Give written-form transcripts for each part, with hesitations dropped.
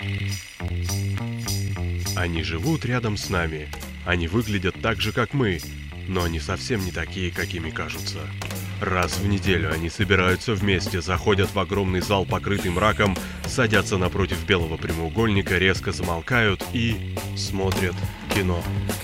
Они живут рядом с нами. Они выглядят так же, как мы, но они совсем не такие, какими кажутся. Раз в неделю они собираются вместе, заходят в огромный зал, покрытый мраком, садятся напротив белого прямоугольника, резко замолкают и смотрят кино.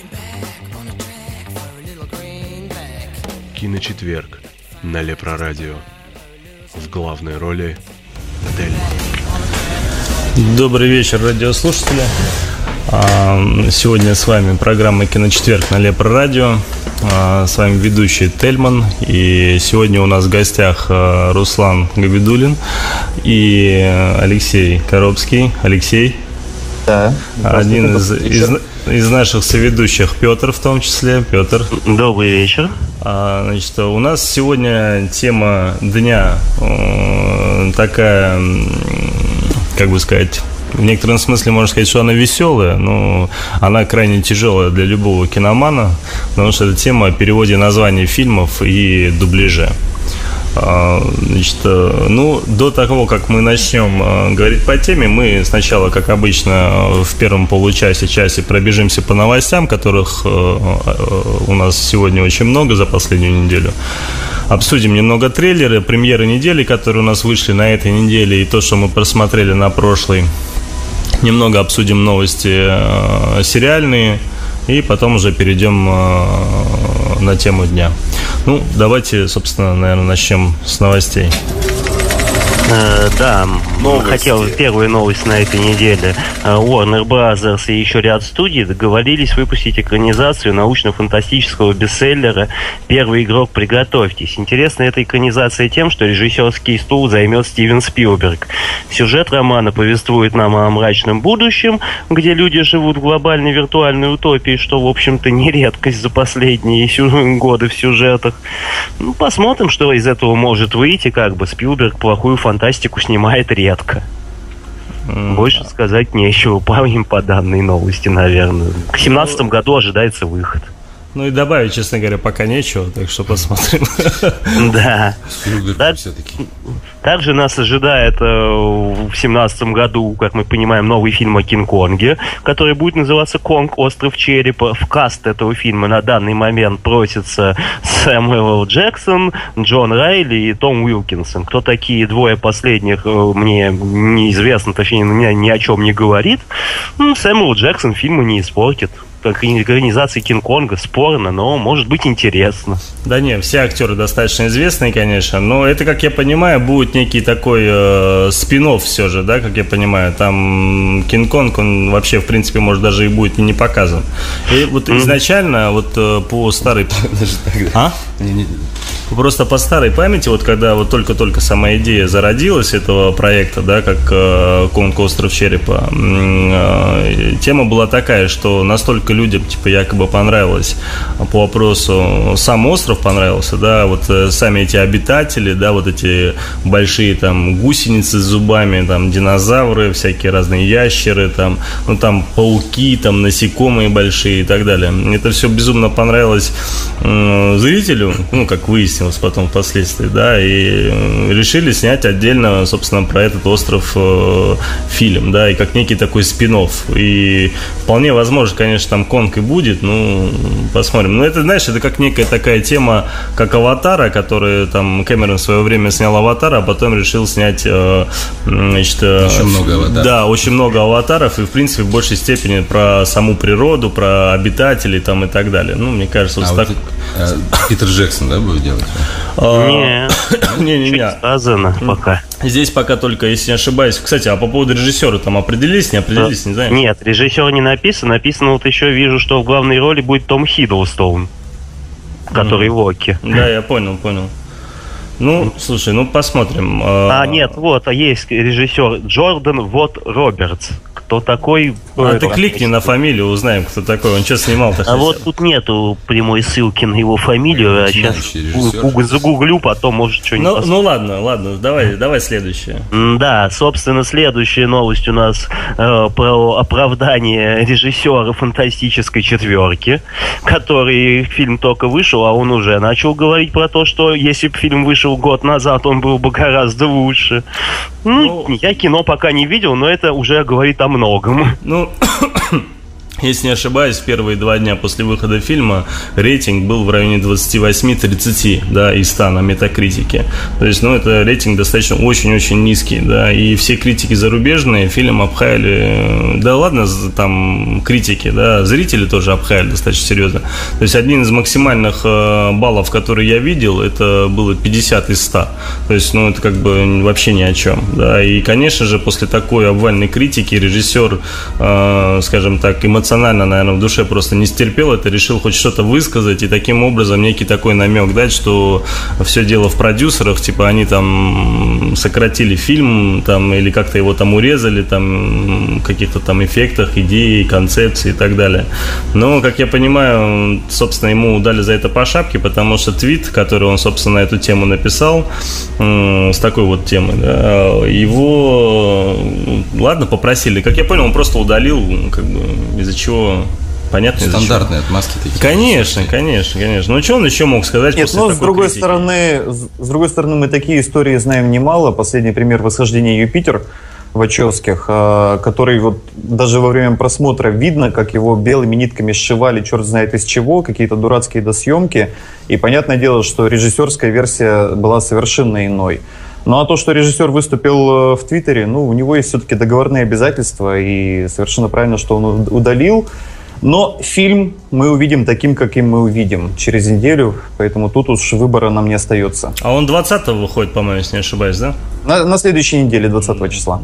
Киночетверг на Лепрорадио. В главной роли Тельман. Добрый вечер, радиослушатели. Сегодня с вами программа «Киночетверг» на Лепрорадио. С вами ведущий Тельман. И сегодня у нас в гостях Руслан Габидуллин и Алексей Коробский. Алексей. Да. Один из наших соведущих, Петр в том числе. Петр. Добрый вечер. Значит, у нас сегодня тема дня такая, как бы сказать, в некотором смысле можно сказать, что она веселая, но она крайне тяжелая для любого киномана, потому что это тема о переводе названий фильмов и дубляже. Значит, до того, как мы начнем говорить по теме, мы сначала, как обычно, в первом часе пробежимся по новостям, которых у нас сегодня очень много за последнюю неделю. Обсудим немного трейлеры, премьеры недели, которые у нас вышли на этой неделе, и то, что мы просмотрели на прошлой. Немного обсудим новости сериальные, и потом уже перейдем на тему дня. Давайте, собственно, наверное, начнем с новостей. Да, хотел первую новость на этой неделе. Warner Bros. И еще ряд студий договорились выпустить экранизацию научно-фантастического бестселлера «Первый игрок, приготовьтесь». Интересна эта экранизация тем, что режиссерский стул займет Стивен Спилберг. Сюжет романа повествует нам о мрачном будущем, где люди живут в глобальной виртуальной утопии, что, в общем-то, не редкость за последние годы в сюжетах. Посмотрим, что из этого может выйти. Спилберг плохую фантастику снимает редко. Больше сказать нечего по данной новости, наверное. К 2017 году ожидается выход. И добавить, честно говоря, пока нечего, так что посмотрим. Да. Также нас ожидает в 2017 году, как мы понимаем, новый фильм о Кинг-Конге, который будет называться «Конг. Остров черепа». В каст этого фильма на данный момент просится Сэмюэл Джексон, Джон Райли и Том Уилкинсон. Кто такие двое последних, мне неизвестно, точнее, меня ни о чем не говорит. Сэмюэл Джексон фильма не испортит. Как экранизация Кинг-Конга спорно, но может быть интересно. Да не, все актеры достаточно известные, конечно, но это, как я понимаю, будет некий такой спин-офф все же, да, как я понимаю. Там Кинг-Конг, он вообще, в принципе, может, даже и будет и не показан. И изначально, по старой... Просто по старой памяти, когда только-только сама идея зародилась этого проекта, да, как «Конг. Остров черепа», тема была такая, что настолько людям, якобы понравилось по вопросу, сам остров понравился, да, сами эти обитатели, да, эти большие там гусеницы с зубами, там динозавры, всякие разные ящеры, там пауки, там насекомые большие и так далее. Это все безумно понравилось зрителю, как выяснилось потом впоследствии, да, и решили снять отдельно, собственно, про этот остров фильм, да, и как некий такой спин-офф. И вполне возможно, конечно, там Конг и будет, посмотрим. Но это, знаешь, это как некая такая тема, как «Аватара», который там Кэмерон в свое время снял «Аватара», а потом решил снять, очень много аватаров. Да, очень много аватаров, и, в принципе, в большей степени про саму природу, про обитателей там и так далее. Мне кажется, Питер Джексон, да, будет делать? Не сказано пока. Здесь пока только, если не ошибаюсь. Кстати, а по поводу режиссера там определились, не определились, не знаю? Нет, режиссер не написан. Написано еще вижу, что в главной роли будет Том Хиддлстоун, который Локи. Да, я понял. Слушай, посмотрим. Есть режиссер Джордан Робертс. Кто такой? Ты кликни на фамилию, узнаем, кто такой. Он что снимал-то? Тут нету прямой ссылки на его фамилию. Сейчас загуглю, потом может что-нибудь. Ладно, давай следующее. Да, собственно, следующая новость у нас про оправдание режиссера «Фантастической четверки», который фильм только вышел, а он уже начал говорить про то, что если бы фильм вышел вышел год назад, он был бы гораздо лучше. Я кино пока не видел, но это уже говорит о многом. Если не ошибаюсь, первые 2 дня после выхода фильма рейтинг был в районе 28-30, да, из 100 на Метакритике. То есть, это рейтинг достаточно очень-очень низкий, да, и все критики зарубежные фильм обхаяли, да ладно, там критики, да, зрители тоже обхаяли достаточно серьезно. То есть, один из максимальных баллов, которые я видел, это было 50 из 100. То есть, это как бы вообще ни о чем, да, и, конечно же, после такой обвальной критики режиссер, скажем так, эмоционально, наверное, в душе просто не стерпел это, решил хоть что-то высказать и таким образом некий такой намек дать, что все дело в продюсерах, типа они там сократили фильм там, или как-то его там урезали, там каких-то там эффектах, идей, концепций и так далее. Но, как я понимаю, собственно, ему дали за это по шапке, потому что твит, который он, собственно, на эту тему написал, с такой вот темой, да, его, ладно, попросили. Как я понял, он просто удалил, как бы, из-за чего понятно. Стандартные отмазки такие. Конечно. Ну, что он еще мог сказать? Нет, с другой стороны, мы такие истории знаем немало. Последний пример — «Восхождение Юпитер» Вачовских, который вот даже во время просмотра видно, как его белыми нитками сшивали черт знает из чего, какие-то дурацкие досъемки. И понятное дело, что режиссерская версия была совершенно иной. Ну, а то, что режиссер выступил в Твиттере, у него есть все-таки договорные обязательства, и совершенно правильно, что он удалил. Но фильм мы увидим таким, каким мы увидим через неделю, поэтому тут уж выбора нам не остается. А он 20-го выходит, по-моему, если не ошибаюсь, да? На следующей неделе, 20 числа.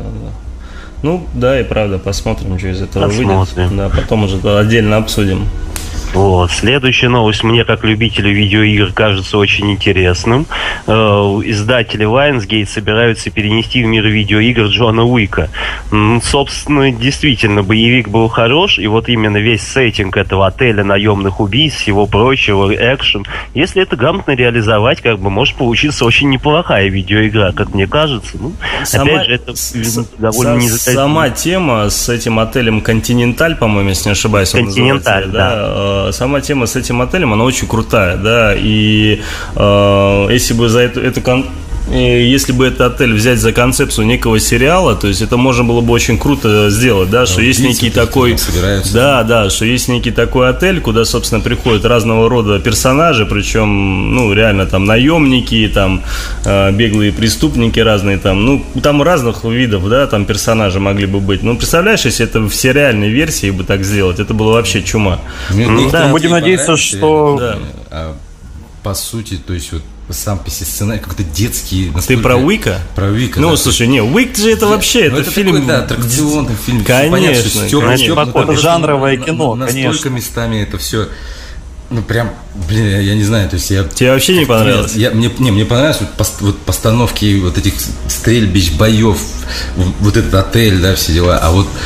Да. И правда, посмотрим, что из этого выйдет. Да, потом уже отдельно обсудим. Вот. Следующая новость мне, как любителю видеоигр, кажется очень интересным. Издатели Lionsgate собираются перенести в мир видеоигр Джона Уика. Собственно, действительно, боевик был хорош, и вот именно весь сеттинг этого отеля наемных убийц, всего прочего, экшен. Если это грамотно реализовать, как бы может получиться очень неплохая видеоигра, как мне кажется. Опять же, это довольно незаказательно. Сама тема с этим отелем Континенталь, по-моему, если не ошибаюсь, Континенталь, да. Сама тема с этим отелем, она очень крутая, да, и если бы за если бы этот отель взять за концепцию некого сериала, то есть это можно было бы очень круто сделать, да, что есть некий такой, что есть некий такой отель, куда, собственно, приходят разного рода персонажи, причем, реально там наемники, там беглые преступники разные, там разных видов, да, там персонажи могли бы быть. Представляешь, если это в сериальной версии бы так сделать, это было вообще чума. Будем надеяться, что... По сути, то есть вот сам по себе сценарий какой-то детский. Ты про Уика? Про Уика. Слушай, Уик же это вообще, это фильм... Такой, аттракцион, фильм. Конечно. Это жанровое кино, конечно. Настолько местами это все... прям, я не знаю, то есть я... Тебе вообще не понравилось? Мне понравилось вот постановки вот этих стрельбищ, боев, вот этот отель, да, все дела, а вот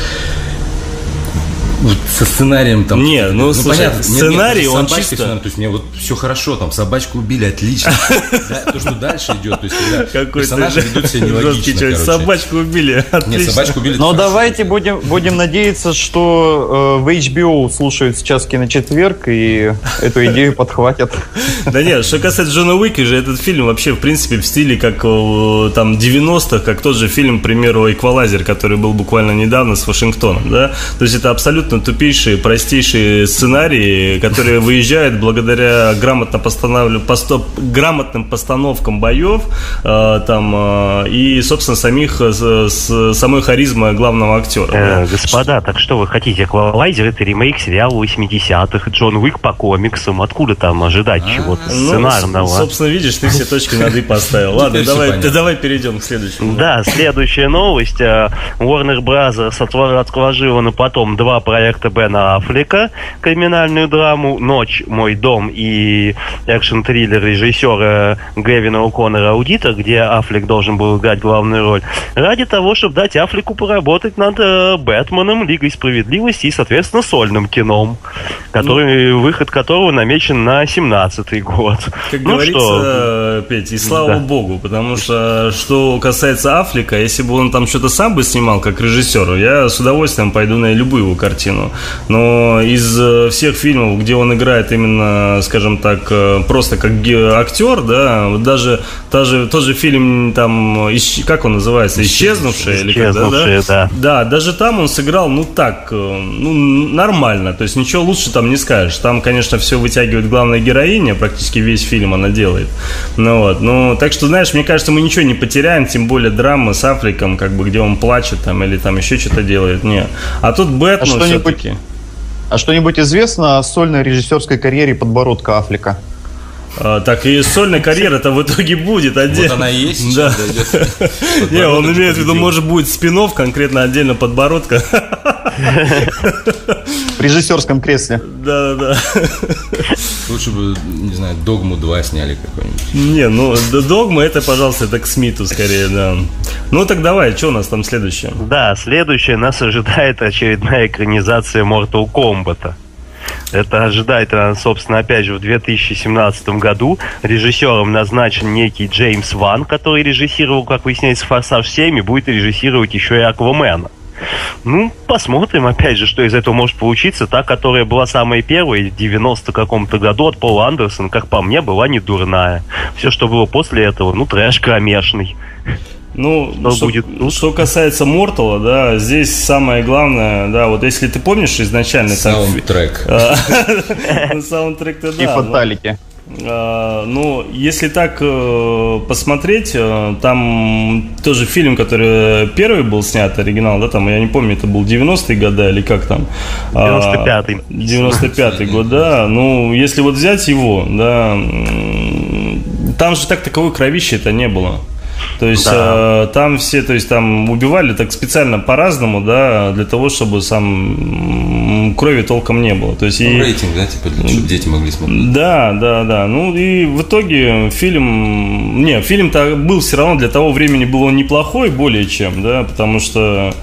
со сценарием там... слушай, понятно, сценарий, он чисто... То есть мне вот все хорошо, там собачку убили, отлично. То, что дальше идет, то есть когда персонажи ведут себя нелогично. Собачку убили, отлично. Нет, собачку убили. Но давайте будем надеяться, что в HBO слушают сейчас «Киночетверг» и эту идею подхватят. Да нет, что касается Джона Уика же, этот фильм вообще, в принципе, в стиле как там 90-х, как тот же фильм, к примеру, «Эквалайзер», который был буквально недавно с Вашингтоном, да? То есть это абсолютно тупейшие, простейшие сценарии, которые выезжают благодаря грамотным постановкам боев и, собственно, самой харизмы главного актера. Господа, так что вы хотите? «Эквалайзер» — это ремейк сериала 80-х, Джон Уик по комиксам. Откуда там ожидать чего-то сценарного? Собственно, видишь, ты все точки над «и» поставил. Ладно, давай перейдем к следующему. Да, следующая новость. Warner Bros. Отложила на потом 2 проекта Бена Аффлека, криминальную драму «Ночь, мой дом» и экшн-триллер режиссера Гэвина О'Коннора «Аудитор», где Аффлек должен был играть главную роль, ради того, чтобы дать Аффлеку поработать над Бэтменом, Лигой справедливости и, соответственно, сольным кином, выход которого намечен на 2017 год. Как говорится, Петь, и слава богу, потому что касается Аффлека, если бы он там что-то сам бы снимал, как режиссер, я с удовольствием пойду на любую его картину. картину. Но из всех фильмов, где он играет именно, скажем так, просто как актер, да, вот даже тот же фильм, там, как он называется, «Исчезнувшие», или когда, да? Да, даже там он сыграл, ну так, ну нормально, то есть ничего лучше там не скажешь. Там, конечно, все вытягивает главная героиня, практически весь фильм она делает. Ну вот, ну так что, знаешь, мне кажется, мы ничего не потеряем, тем более драма с Аффлеком, как бы, где он плачет там или там еще что-то делает. Не. А тут Бэтмен все-таки. А что-нибудь известно о сольной режиссерской карьере подбородка Аффлека? Так и сольная карьера-то в итоге будет отдельно. Вот она и есть. Да. Не, он имеет в виду, может, будет спин-офф конкретно отдельно подбородка. В режиссерском кресле. Да. Лучше бы, не знаю, «Догму 2» сняли какой-нибудь. Не, ну, «Догма» это, пожалуйста, это к Смиту скорее, да. Ну так давай, что у нас там следующее? Да, следующее нас ожидает очередная экранизация Mortal Kombat. Это ожидает, собственно, опять же, в 2017 году. Режиссером назначен некий Джеймс Ван, который режиссировал, как выясняется, «Форсаж 7», и будет режиссировать еще и «Аквамена». Ну, посмотрим, опять же, что из этого может получиться. Та, которая была самой первой, в 90 каком-то году от Пола Андерсона, как по мне, была не дурная. Все, что было после этого, ну, трэш кромешный. Ну, что касается Мортала, да, здесь самое главное, да, вот если ты помнишь изначально... Саундтрек. Саундтрек-то да. И фаталики. Ну, если так посмотреть, там тоже фильм, который первый был снят, оригинал, да, там, я не помню, это был 90-е годы или как там? 95-й. 95-й год, да. Ну, если вот взять его, да, там же так таковой кровищи-то не было. То есть там все, то есть там убивали так специально по-разному, да, для того, чтобы сам крови толком не было. То есть рейтинг, да, типа, чтобы дети могли смотреть. Да. Ну и в итоге фильм-то был все равно для того времени был он неплохой, более чем, да, потому что,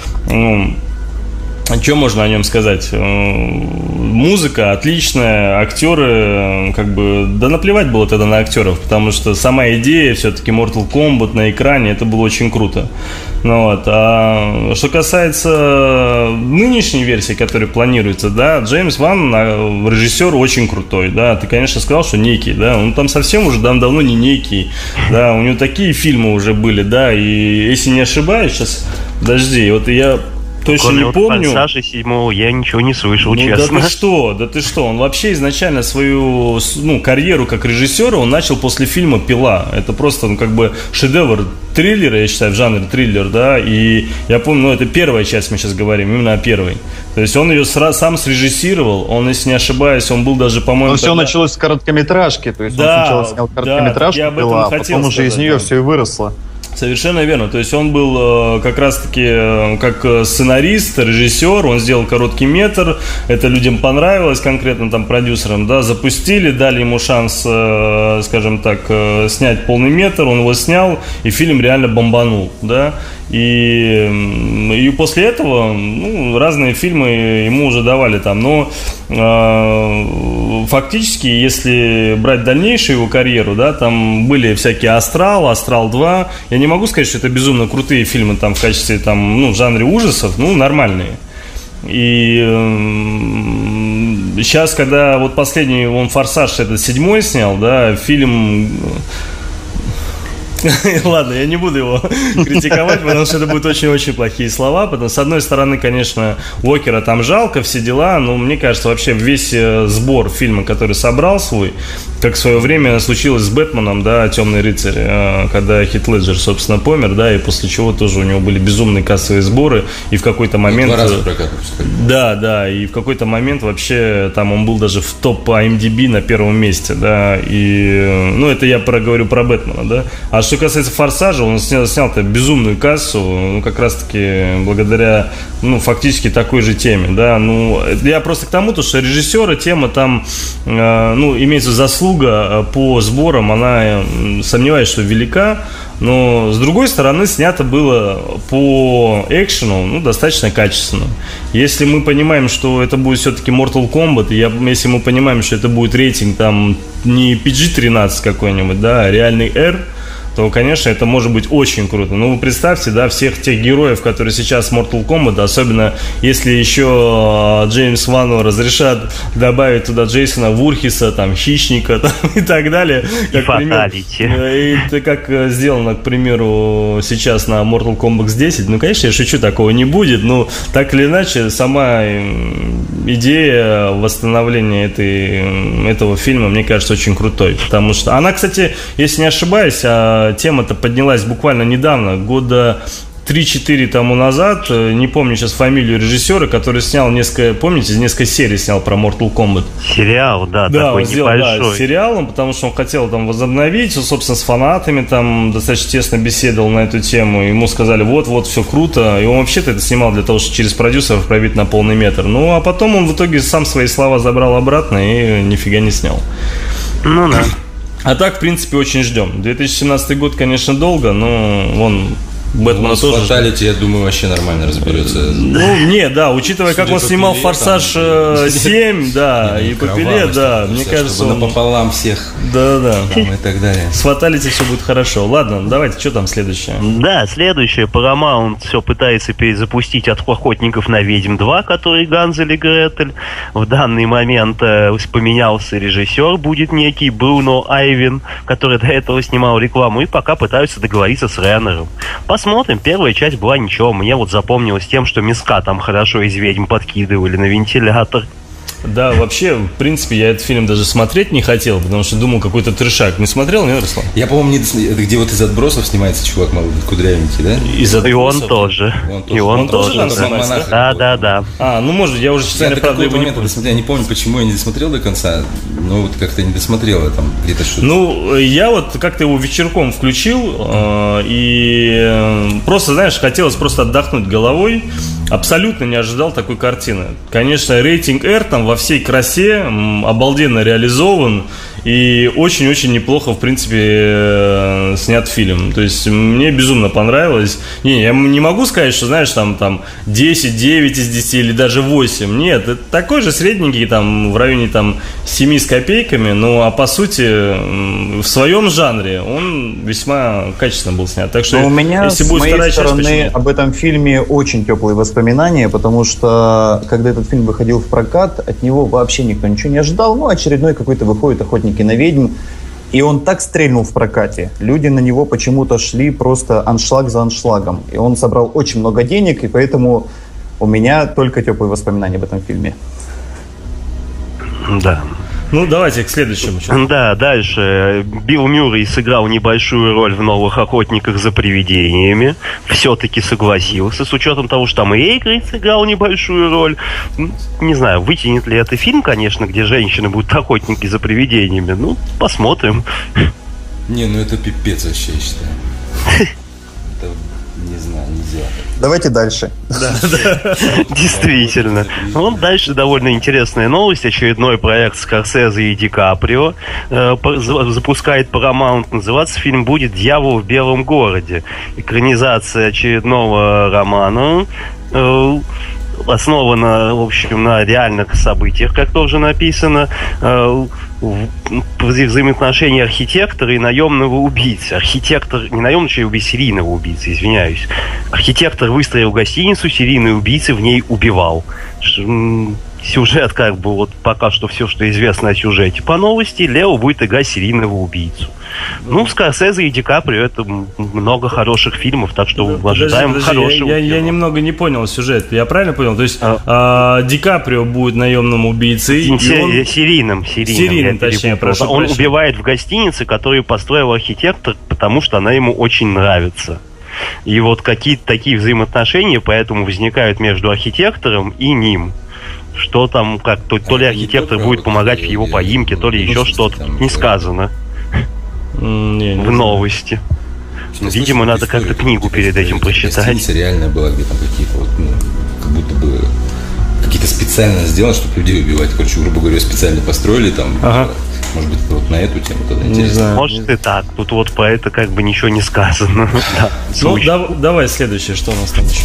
что можно о нем сказать? Музыка отличная, актеры, как бы, да наплевать было тогда на актеров, потому что сама идея, все-таки Mortal Kombat на экране, это было очень круто. Ну, вот. А что касается нынешней версии, которая планируется, да, Джеймс Ван, режиссер очень крутой, да, ты, конечно, сказал, что некий, да, он там совсем уже давно не некий, да, у него такие фильмы уже были, да, и если не ошибаюсь, сейчас, подожди, вот я... Точно не помню. «Форсажа 7» я ничего не слышал, честно. Да ты что? Он вообще изначально свою карьеру как режиссера он начал после фильма «Пила». Это просто, как бы шедевр триллера, я считаю, в жанре триллер, да. И я помню, это первая часть, мы сейчас говорим, именно о первой. То есть он ее сам срежиссировал. Он, если не ошибаюсь, он был даже, по-моему... Но все началось с короткометражки. То есть он сначала снял короткометражку «Пила», а потом уже из нее все и выросло. Совершенно верно. То есть он был как раз-таки как сценарист, режиссер, он сделал короткий метр, это людям понравилось, конкретно там продюсерам, да, запустили, дали ему шанс, скажем так, снять полный метр, он его снял, и фильм реально бомбанул, да. И после этого разные фильмы ему уже давали там, но фактически, если брать дальнейшую его карьеру, да, там были всякие «Астрал», «Астрал 2», я не могу сказать, что это безумно крутые фильмы там в качестве там, в жанре ужасов, нормальные. И сейчас, когда вот последний он «Форсаж» этот 7 снял, да, фильм... Ладно, я не буду его критиковать, потому что это будут очень-очень плохие слова. Потому, с одной стороны, конечно, Уокера там жалко, все дела, но мне кажется, вообще весь сбор фильма, который собрал свой, как в свое время случилось с Бэтменом, да, «Темный рыцарь», когда Хит Леджер, собственно, помер, да, и после чего тоже у него были безумные кассовые сборы, и в какой-то момент... 2 раза прокатывался. Да, и в какой-то момент вообще там он был даже в топ IMDb на первом месте, да, и, это я говорю про Бэтмена, да, а что касается «Форсажа», он снял-то безумную кассу, как раз-таки благодаря, фактически такой же теме, да, я просто к тому, что режиссера тема там, имеется заслуга по сборам, она, сомневаюсь, что велика, но, с другой стороны, снято было по экшену, достаточно качественно. Если мы понимаем, что это будет все-таки Mortal Kombat, если мы понимаем, что это будет рейтинг там не PG-13 какой-нибудь, да, а реальный R, то, конечно, это может быть очень круто. Ну, вы представьте, да, всех тех героев, которые сейчас в Mortal Kombat, особенно если еще Джеймс Вану разрешат добавить туда Джейсона Вурхиса, там, Хищника там, и так далее. И фаталити. Это как сделано, к примеру, сейчас на Mortal Kombat 10. Ну, конечно, я шучу, такого не будет, но так или иначе, сама идея восстановления этого фильма, мне кажется, очень крутой. Потому что она, кстати, если не ошибаюсь, тема-то поднялась буквально недавно, года 3-4 тому назад, не помню сейчас фамилию режиссера, который снял несколько серий снял про Mortal Kombat. Сериал, да, такой он сделал, небольшой. Да, сериалом, потому что он хотел там возобновить, собственно, с фанатами там достаточно тесно беседовал на эту тему, ему сказали, вот, все круто, и он вообще-то это снимал для того, чтобы через продюсеров пробить на полный метр. Ну, а потом он в итоге сам свои слова забрал обратно и нифига не снял. Ну, да. А так, в принципе, очень ждем. 2017 год, конечно, долго, но вон... Бэтмена тоже. Фаталити, я думаю, вообще нормально разберется. Ну, не, да, учитывая, как он снимал «Форсаж 7», да, и «Попеле», да, мне кажется, он... напополам всех. Да. И так далее. С «Фаталити» все будет хорошо. Ладно, давайте, что там следующее? Да, следующее. Paramount все пытается перезапустить от «Охотников на ведьм 2», который Ганзель и Гретель. В данный момент поменялся режиссер, будет некий Бруно Айвен, который до этого снимал рекламу, и пока пытаются договориться с Реннером. Посмотрим. Первая часть была ничего. Мне вот запомнилось тем, что миска там хорошо из ведьм подкидывали на вентилятор. Да, вообще, в принципе, я этот фильм даже смотреть не хотел, потому что думал, какой-то трешак. Не смотрел, нет, Руслан? Я, по-моему, не досмотрел. Это где вот из «Отбросов» снимается чувак кудрявенький, да? И он тоже. И он тоже. Да. Ну, может, я уже, честно, правда, его не помню. Я не помню, почему я не досмотрел до конца, но вот как-то не досмотрел, я там где-то что-то. Ну, я вот как-то его вечерком включил, и просто, знаешь, хотелось просто отдохнуть головой. Абсолютно не ожидал такой картины. Конечно, рейтинг R там во всей красе, обалденно реализован и очень-очень неплохо, в принципе, снят фильм. То есть мне безумно понравилось. Не, я не могу сказать, что, знаешь, там 10, 9 из 10 или даже 8. Нет, это такой же средненький, там, в районе там 7 с копейками, ну, а по сути, в своем жанре он весьма качественно был снят. Так что, у меня, если с будет моей вторая стороны, часть, об этом фильме очень теплые воспоминания, потому что, когда этот фильм выходил в прокат, от него вообще никто ничего не ожидал. Ну, очередной какой-то выходит «Охотники на ведьм», и он так стрельнул в прокате. Люди на него почему-то шли просто аншлаг за аншлагом. И он собрал очень много денег, и поэтому у меня только теплые воспоминания об этом фильме. Да. Ну, давайте к следующему. Да, дальше. Билл Мюррей сыграл небольшую роль в «Новых охотниках за привидениями». Все-таки согласился, с учетом того, что там и Эйкрейд сыграл небольшую роль. Не знаю, вытянет ли это фильм, конечно, где женщины будут охотники за привидениями. Ну, посмотрим. Не, ну это пипец вообще, я считаю. Это, не знаю, нельзя. Давайте дальше. Действительно. Вот дальше довольно интересная новость. Очередной проект Скорсезе и Ди Каприо запускает Paramount. Называться фильм будет «Дьявол в белом городе». Экранизация очередного романа. Основана, в общем, на реальных событиях, как тоже написано. Взаимоотношения архитектора и наемного убийцы. Архитектор, не наемного убийцы, серийного убийцы, извиняюсь. Архитектор выстроил гостиницу, серийный убийца в ней убивал. Сюжет, как бы, вот пока что все, что известно о сюжете по новости, Лео будет играть серийного убийцу. Ну, Скорсезе и Ди Каприо — это много хороших фильмов, так что ожидаем хорошего. Я немного не понял сюжет. Я правильно понял? То есть Ди Каприо будет наемным убийцей. Серийным, точнее, прошу Он убивает в гостинице, которую построил архитектор, потому что она ему очень нравится. И вот какие-то такие взаимоотношения поэтому возникают между архитектором и ним. Что там, как то ли архитектор будет помогать в его поимке, то ли еще что-то. Не сказано в новости. Видимо, надо как-то книгу перед этим прочитать. Гостиница реально была, где там какие-то вот, как будто бы какие-то специально сделаны, чтобы людей убивать. Короче, грубо говоря, специально построили там. Может быть, вот на эту тему тогда интересно. Может и так. Тут вот про это как бы ничего не сказано. Ну, давай следующее, что у нас там еще?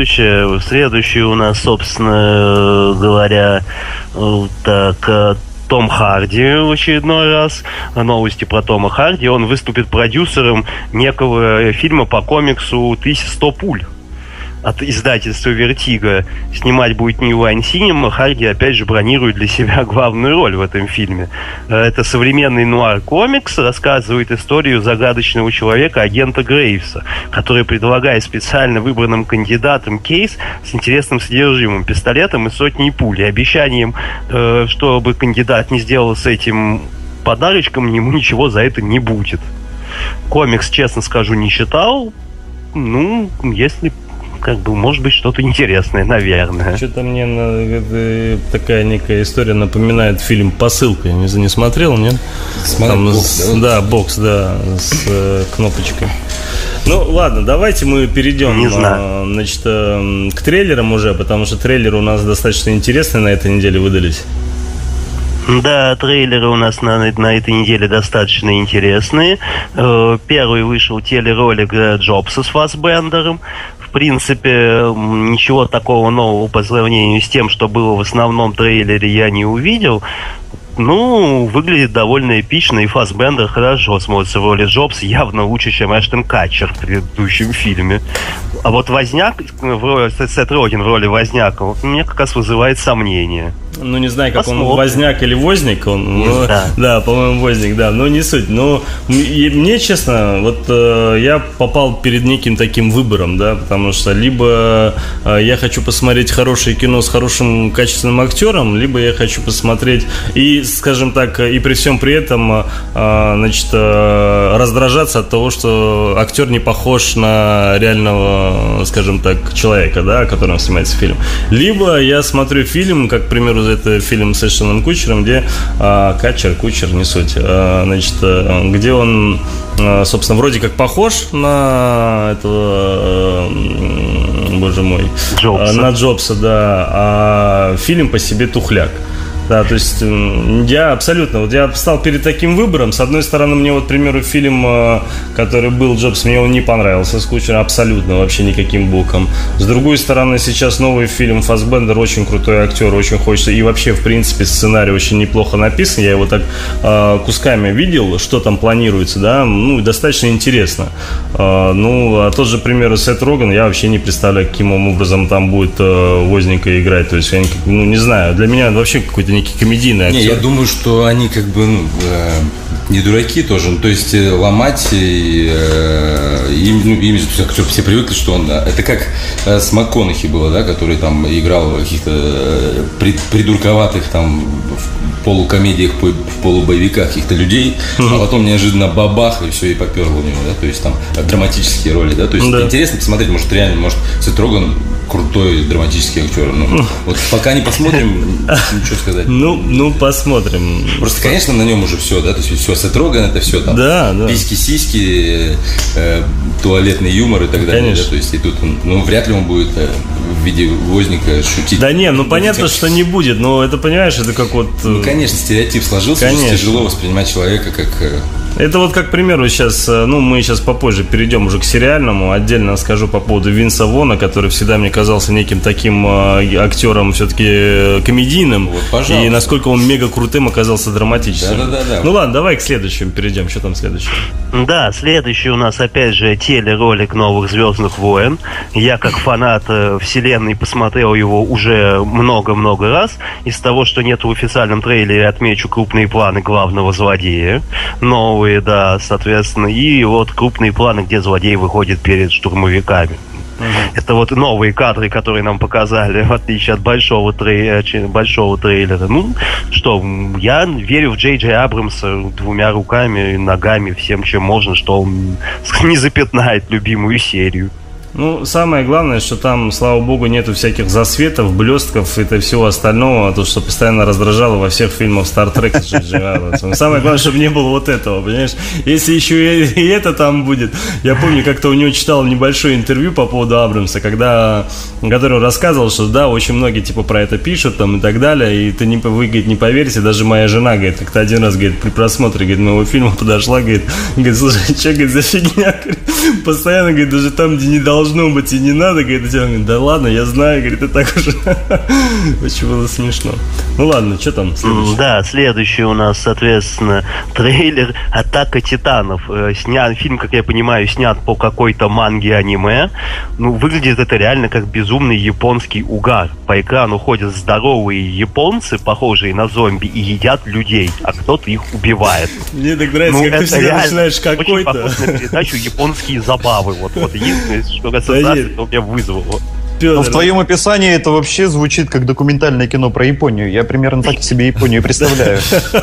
Следующее у нас, собственно говоря, так, Том Харди в очередной раз. Новости про Тома Харди. Он выступит продюсером некого фильма по комиксу «1100 пуль» от издательства «Вертиго». Снимать будет New Line Cinema. Харди опять же бронирует для себя главную роль в этом фильме. Это современный нуар-комикс, рассказывает историю загадочного человека, агента Грейвса, который предлагает специально выбранным кандидатам кейс с интересным содержимым, пистолетом и сотней пуль, и обещанием, чтобы кандидат не сделал с этим подарочком, ему ничего за это не будет. Комикс, честно скажу, не читал. Ну, если может быть, что-то интересное, наверное. Что-то мне такая некая история напоминает фильм «Посылка». Я не смотрел, нет? Там бокс, да? Да, бокс, да, с кнопочкой. Ну, ладно, давайте мы перейдем, значит, к трейлерам уже, потому что трейлеры у нас достаточно интересные на этой неделе выдались. Да, трейлеры у нас на этой неделе достаточно интересные. Первый вышел телеролик Джобса с Фассбендером. В принципе, ничего такого нового по сравнению с тем, что было в основном трейлере, я не увидел. Ну, выглядит довольно эпично, и Фассбендер хорошо смотрится в роли Джобса, явно лучше, чем Эштон Катчер в предыдущем фильме. А вот Возняк, Сет Роген в роли Возняка, мне как раз вызывает сомнения. Ну, не знаю, как он, Возняк или Возник, да, по-моему, Возник, да, но не суть. Но мне, честно, вот я попал перед неким таким выбором, да, потому что либо я хочу посмотреть хорошее кино с хорошим качественным актером, либо я хочу посмотреть и, скажем так, и при всем при этом, значит, раздражаться от того, что актер не похож на реального, скажем так, человека, да, о котором снимается фильм. Либо я смотрю фильм, как, к примеру, это фильм с Эштоном Кутчером, где Кутчер, не суть, значит, где он, собственно, вроде как похож на этого, боже мой, на Джобса, да, а фильм по себе тухляк. Да, то есть я абсолютно, вот я встал перед таким выбором. С одной стороны, мне вот, к примеру, фильм, который был Джобс, мне он не понравился с Кутчером абсолютно, вообще никаким боком. С другой стороны, сейчас новый фильм Фассбендер, очень крутой актер, очень хочется. И вообще, в принципе, сценарий очень неплохо написан. Я его так кусками видел, что там планируется, да, ну, достаточно интересно. Ну, а тот же, к примеру, Сет Роген, я вообще не представляю, каким образом там будет Возника играть. То есть, я не знаю, для меня вообще какой-то некий комедийный актер. Не, я думаю, что они как бы не дураки тоже. Ну, то есть ломать им все привыкли, что он... Это как с МакКонахи было, да, который там играл каких-то придурковатых там в полукомедиях, в полубоевиках каких-то людей, а потом неожиданно бабах, и все, и поперло у него, да, то есть там драматические роли, да, то есть интересно посмотреть, может реально, может Сет Роген крутой драматический актер, ну, вот пока не посмотрим, ничего сказать. Ну, посмотрим. Просто, конечно, на нем уже все, да, то есть все, Сет Роген, это все там, письки, сиськи, туалетный юмор и так далее, конечно. Да, то есть и тут, ну, вряд ли он будет в виде Возника шутить. Да не, ну понятно, что не будет, но это, понимаешь, это как вот... Ну, конечно, стереотип сложился, тяжело воспринимать человека как... Это вот, как, к примеру, сейчас, ну, мы сейчас попозже перейдем уже к сериальному. Отдельно скажу по поводу Винса Вона, который всегда мне казался неким таким актером все-таки комедийным. Вот, и насколько он мега крутым оказался драматическим. Да. Ну ладно, давай к следующему перейдем. Что там следующее? Да, следующий у нас опять же телеролик новых «Звездных войн». Я как фанат вселенной посмотрел его уже много-много раз. Из того, что нет в официальном трейлере, отмечу крупные планы главного злодея. Новые, да, соответственно. И вот крупные планы, где злодей выходит перед штурмовиками. Это вот новые кадры, которые нам показали, в отличие от большого трейлера. Ну, что, я верю в Джей Джей Абрамса двумя руками, ногами, всем, чем можно, что он не запятнает любимую серию. Ну, самое главное, что там, слава богу, нету всяких засветов, блестков и всего остального, то, что постоянно раздражало во всех фильмах Star Trek. Самое главное, чтобы не было вот этого, понимаешь? Если еще и это там будет. Я помню, как-то у него читал небольшое интервью по поводу Абрамса, который он рассказывал, что да, очень многие типа про это пишут там и так далее, и вы, говорит, не поверите, даже моя жена, говорит, как-то один раз, говорит, при просмотре, говорит, моего фильма подошла, говорит, слушай, что, говорит, за фигня? Постоянно, говорит, даже там, где не должно должно быть и не надо, говорит, он говорит, да ладно, я знаю, говорит, и так уже. Очень было смешно. Ну ладно, что там следующее? Да, следующий у нас, соответственно, трейлер «Атака титанов». Фильм, как я понимаю, снят по какой-то манге аниме. Ну, выглядит это реально как безумный японский угар. По экрану ходят здоровые японцы, похожие на зомби, и едят людей, а кто-то их убивает. Мне так нравится, Ну, как ты всегда начинаешь очень какой-то. похож на передачу «Японские забавы». Вот единственное, что ассоциация, что меня вызвало. Но в твоем описании это вообще звучит как документальное кино про Японию. Я примерно так себе Японию представляю.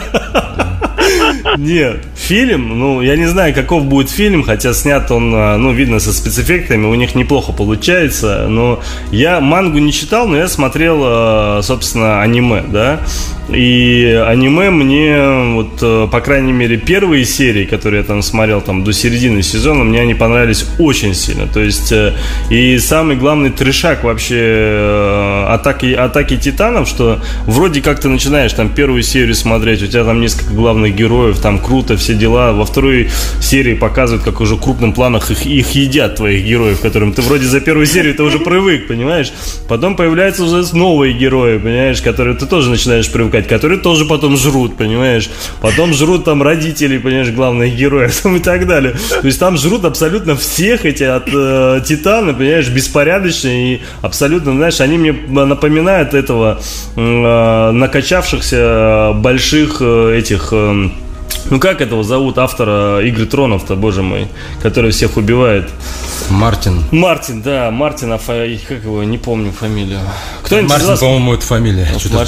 Нет, фильм, ну, я не знаю, каков будет фильм, хотя снят он, ну, видно, со спецэффектами, у них неплохо получается, но я мангу не читал, но я смотрел, собственно, аниме, да, и аниме мне, вот, по крайней мере, первые серии, которые я там смотрел, там, до середины сезона, мне они понравились очень сильно, то есть, и самый главный трешак вообще атаки титанов, что вроде как ты начинаешь там первую серию смотреть, у тебя там несколько главных героев, там круто, все дела. Во второй серии показывают, как уже в крупном планах их едят, твоих героев, которым ты вроде за первую серию ты уже привык, понимаешь? Потом появляются уже новые герои, понимаешь, которые ты тоже начинаешь привыкать, которые тоже потом жрут, понимаешь? Потом жрут там родителей, понимаешь, главных героев и так далее. То есть там жрут абсолютно всех эти от Титана, понимаешь, беспорядочно и абсолютно, знаешь, они мне напоминают этого накачавшихся больших этих... Ну как этого зовут автора «Игры тронов»-то, боже мой, который всех убивает? Мартин, да, Мартин, как его, не помню фамилию. Кто-нибудь Мартин, по-моему, это фамилия.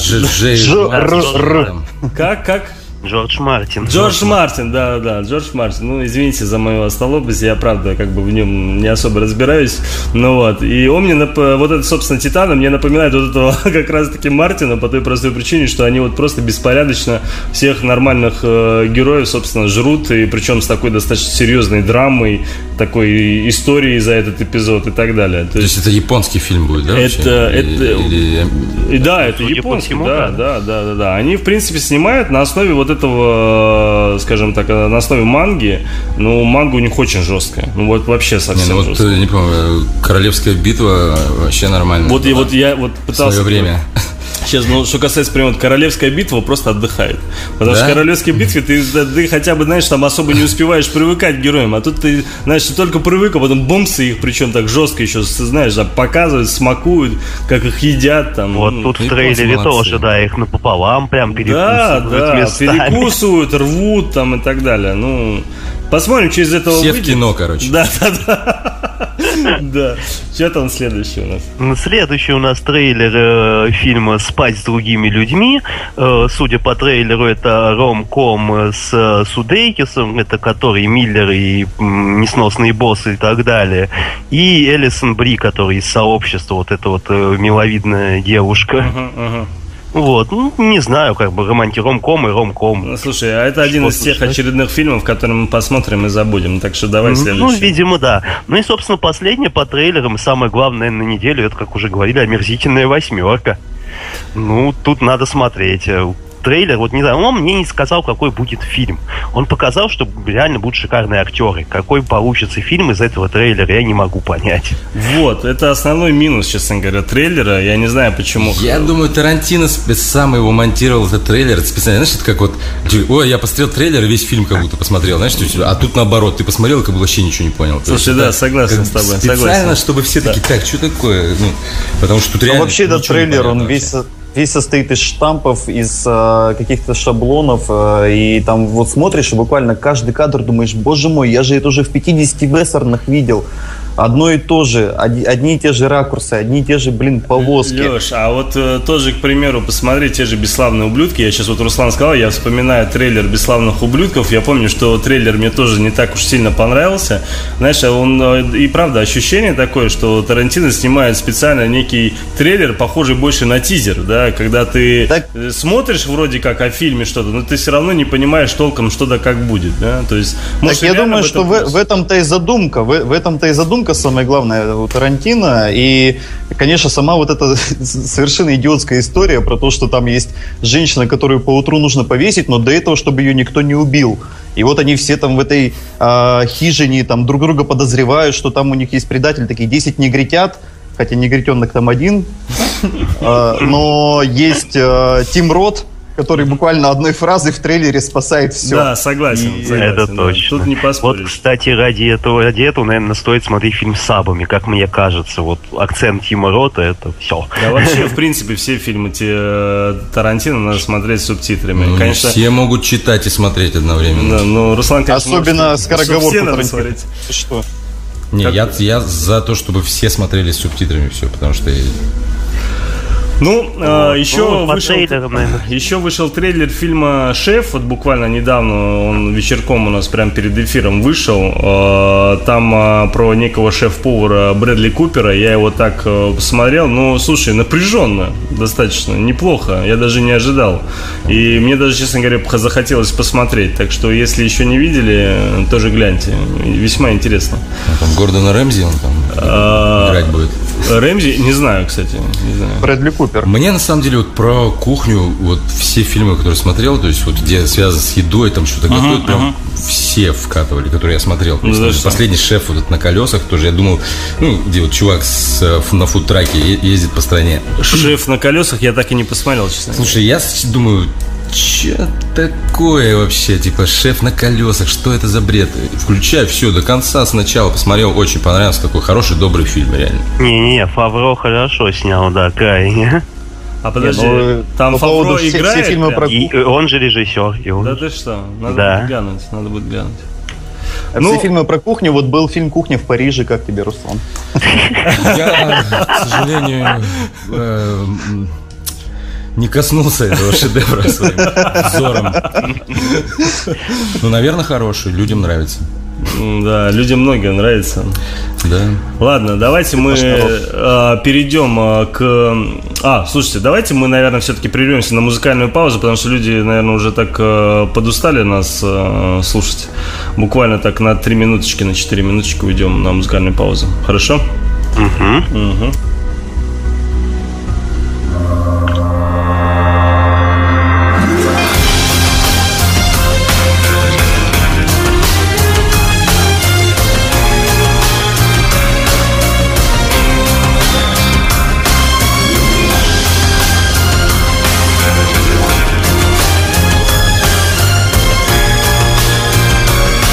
Как? Джордж Мартин. Джордж Мартин, да, Джордж Мартин. Ну, извините за мою остолопость, я, правда, как бы в нем не особо разбираюсь. Ну вот, и он мне, вот это, собственно, Титана мне напоминает вот этого как раз-таки Мартина по той простой причине, что они вот просто беспорядочно всех нормальных героев, собственно, жрут, и причем с такой достаточно серьезной драмой, такой историей за этот эпизод и так далее. То есть это японский фильм будет, да? Да, это японский, да. Они, в принципе, снимают на основе вот этого, скажем так, на основе манги, но манга у них очень жесткая. Ну вот вообще совсем жесткая. Не помню, Королевская битва вообще нормально. Вот я пытался... В свое время. Сейчас, ну, что касается, прям, Королевская битва просто отдыхает. Потому что в Королевской битве ты хотя бы, знаешь, там особо не успеваешь привыкать к героям. А тут ты, знаешь, ты только привык, а потом бомсы их, причем так жестко еще, знаешь, показывают, смакуют, как их едят там. Вот тут в трейлере тоже, да, их напополам прям перекусывают местами. Перекусывают, рвут там и так далее. Ну, посмотрим, что из этого выйдет. Все в кино, короче. Да. Да. Что там следующее у нас? Следующий у нас трейлер фильма «Спать с другими людьми». Судя по трейлеру, это ромком с Судейкисом, это который Миллер и несносные боссы и так далее. И Элисон Бри, который из сообщества, вот эта вот миловидная девушка. Вот, ну, не знаю, как бы ромком и ромком. Ну, слушай, а это один из тех очередных фильмов, которые мы посмотрим и забудем, так что давай следующий. Ну, видимо, да. Ну и, собственно, последнее по трейлерам, самое главное на неделю, это, как уже говорили, «Омерзительная восьмерка». Ну, тут надо смотреть. Трейлер, вот не знаю, он мне не сказал, какой будет фильм. Он показал, что реально будут шикарные актеры. Какой получится фильм из этого трейлера, я не могу понять. Вот, это основной минус, честно говоря, трейлера. Я не знаю, почему. Я думаю, Тарантино сам его монтировал, этот трейлер специально. Знаешь, это как вот, ой, я посмотрел трейлер, весь фильм как будто посмотрел, знаешь, а тут наоборот, ты посмотрел, как будто вообще ничего не понял. Слушай, да, согласен с тобой. Специально, чтобы все такие, так, что такое? Ну, потому что тут реально вообще этот трейлер, он весь состоит из штампов, из каких-то шаблонов, и там вот смотришь, и буквально каждый кадр думаешь, боже мой, я же это уже в 50 вестернах видел. Одно и то же, одни и те же ракурсы, одни и те же, повозки. Леш, а вот тоже, к примеру, посмотри те же «Бесславные ублюдки». Я сейчас вот Руслан сказал, я вспоминаю трейлер «Бесславных ублюдков». Я помню, что трейлер мне тоже не так уж сильно понравился. Знаешь, он и правда ощущение такое, что Тарантино снимает специально некий трейлер, похожий больше на тизер, да, когда ты смотришь вроде как о фильме что-то, но ты все равно не понимаешь толком, что да как будет, да, то есть... Так я думаю, что в этом-то и задумка, в этом-то и задумка самое главное у Тарантино, и конечно, сама вот эта совершенно идиотская история про то, что там есть женщина, которую поутру нужно повесить, но до этого, чтобы ее никто не убил. И вот они все там в этой хижине там друг друга подозревают, что там у них есть предатель, такие 10 негритят, хотя негритенок там один, но есть Тим Рот, который буквально одной фразой в трейлере спасает все. Да, согласен. Это точно. Тут не поспоришь. Вот, кстати, ради этого, наверное, стоит смотреть фильм «Сабами», как мне кажется. Вот акцент Тима Рота — это все. Да, вообще, в принципе, все фильмы Тарантино надо смотреть с субтитрами. Конечно, все могут читать и смотреть одновременно. Да, ну, Руслан, конечно, особенно скороговорку Тарантино смотреть. Что? Не, я за то, чтобы все смотрели с субтитрами все, потому что... Ну, еще по вышел трейлер фильма «Шеф», вот буквально недавно, он вечерком у нас прямо перед эфиром вышел. Там про некого шеф-повара Брэдли Купера. Я его так посмотрел. Ну, слушай, напряженно достаточно, неплохо. Я даже не ожидал. И мне даже, честно говоря, захотелось посмотреть. Так что, если еще не видели, тоже гляньте. Весьма интересно. Там Гордона Рэмзи он там играть будет. Рэмзи? Не знаю, кстати. Не знаю. Брэдли Купер. Мне, на самом деле, вот про кухню, вот все фильмы, которые смотрел, то есть вот где связано с едой, там что-то готовят, прям все вкатывали, которые я смотрел. То есть, последний «Шеф» вот этот на колесах тоже, я думал, ну, где вот чувак на фудтраке ездит по стране. «Шеф на колесах» я так и не посмотрел, честно. Слушай, я думаю, что такое вообще, типа «Шеф на колесах», что это за бред? Включаю все до конца, сначала посмотрел, очень понравился, такой хороший, добрый фильм, реально. Не-не-не, Фавро хорошо снял, да, крайне. А подожди, там Фавро играет? Все фильмы про... И он же режиссер. Да ты что? Надо будет глянуть. Все фильмы про кухню, вот был фильм «Кухня в Париже», как тебе, Руслан? Я, к сожалению, не коснулся этого шедевра своим взором. Ну, наверное, хороший, людям нравится. Да, людям многим нравится. Да. Ладно, давайте мы перейдем к... слушайте, давайте мы, наверное, все-таки прервемся на музыкальную паузу, потому что люди, наверное, уже так подустали нас слушать. Буквально так на 3 минуточки, на 4 минуточки уйдем на музыкальную паузу. Хорошо? Угу.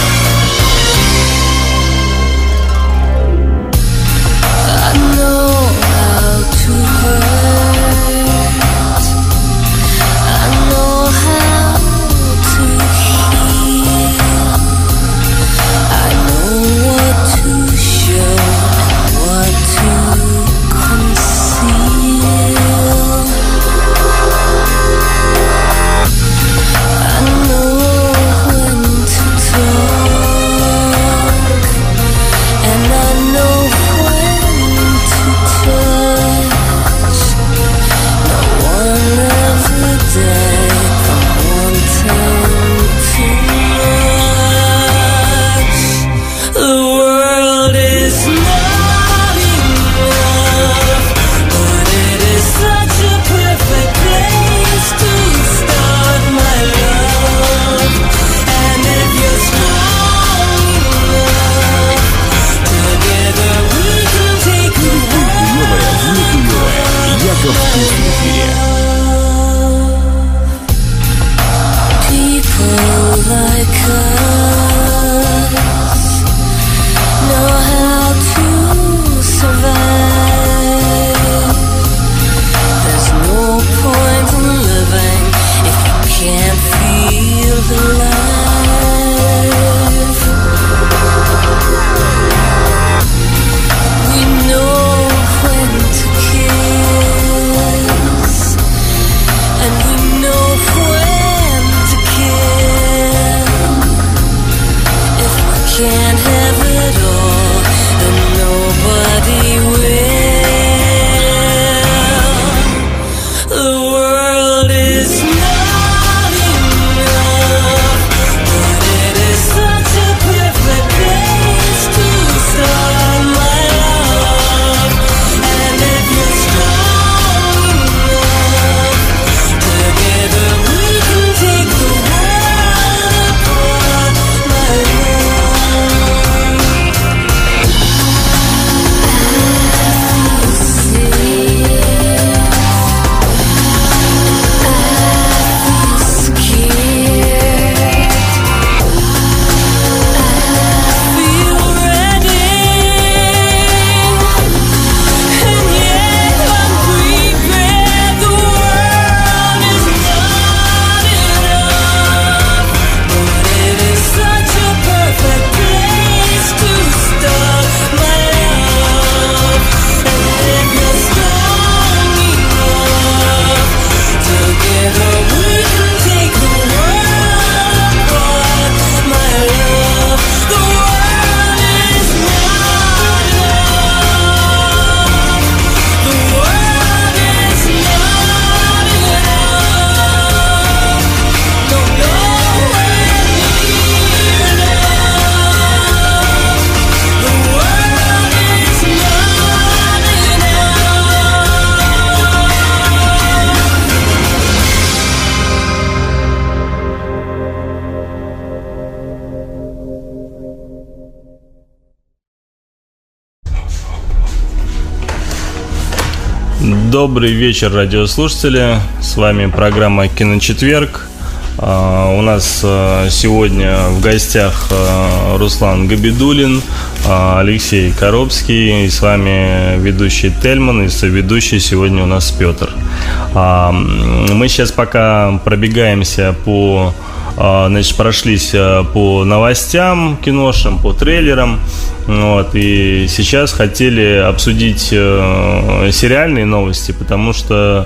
I know Добрый вечер, радиослушатели. С вами программа «Киночетверг». У нас сегодня в гостях Руслан Габидуллин, Алексей Коробский, и с вами ведущий Тельман, и соведущий сегодня у нас Петр. Мы сейчас пока пробегаемся прошлись по новостям киношным, по трейлерам. И сейчас хотели обсудить сериальные новости, потому что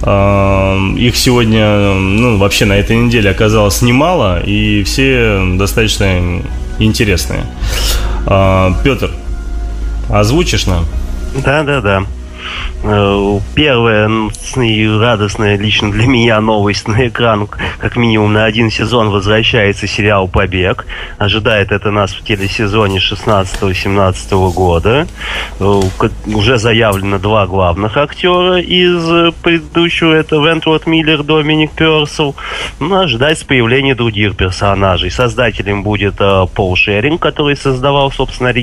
их сегодня, вообще на этой неделе оказалось немало, и все достаточно интересные. Петр, озвучишь нам? Да. Первая и радостная лично для меня новость: на экран как минимум на один сезон возвращается сериал «Побег». Ожидает это нас в телесезоне 16-17 года. Уже заявлено 2 главных актера из предыдущего. Это Вентворд Миллер, Доминик Пёрсел. Ожидается появление других персонажей. Создателем будет Пол Шеринг, который создавал, собственно,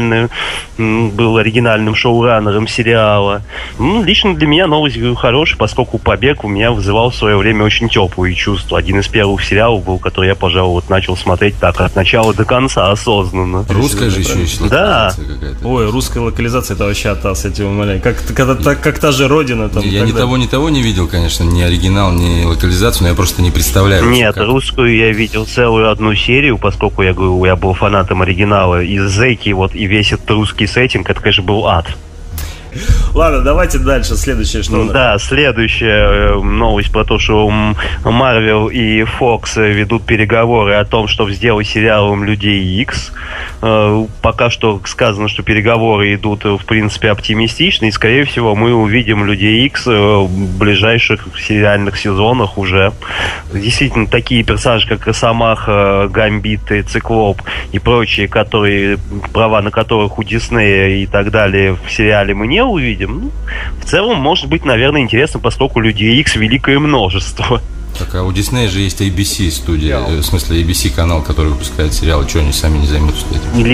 был оригинальным шоураннером сериала. Лично для меня новость хорошая, поскольку «Побег» у меня вызывал в свое время очень теплые чувства. Один из первых сериалов был, который я, пожалуй, начал смотреть так от начала до конца осознанно. Русская же еще есть локализация какая-то. Ой, русская локализация — это вообще оттас, я тебя умоляю. Как та же «Родина» там. Я ни того не видел, конечно, ни оригинал, ни локализацию, но я просто не представляю. Нет, русскую я видел целую одну серию, поскольку я был фанатом оригинала. И зэки, и весь этот русский сеттинг, это, конечно, был ад. Ладно, давайте дальше. Следующее что? Да, следующая новость про то, что Marvel и Fox ведут переговоры о том, чтобы сделать сериалом «Людей Икс». Пока что сказано, что переговоры идут, в принципе, оптимистично, и, скорее всего, мы увидим «Людей Икс» в ближайших сериальных сезонах уже. Действительно, такие персонажи, как Росомаха, Гамбит, Циклоп и прочие, права на которых у Диснея и так далее в сериале мы не увидим. В целом, может быть, наверное, интересно, поскольку «Людей Икс» великое множество. Так, а у Диснея же есть ABC студия, в смысле ABC канал, который выпускает сериалы, что они сами не займутся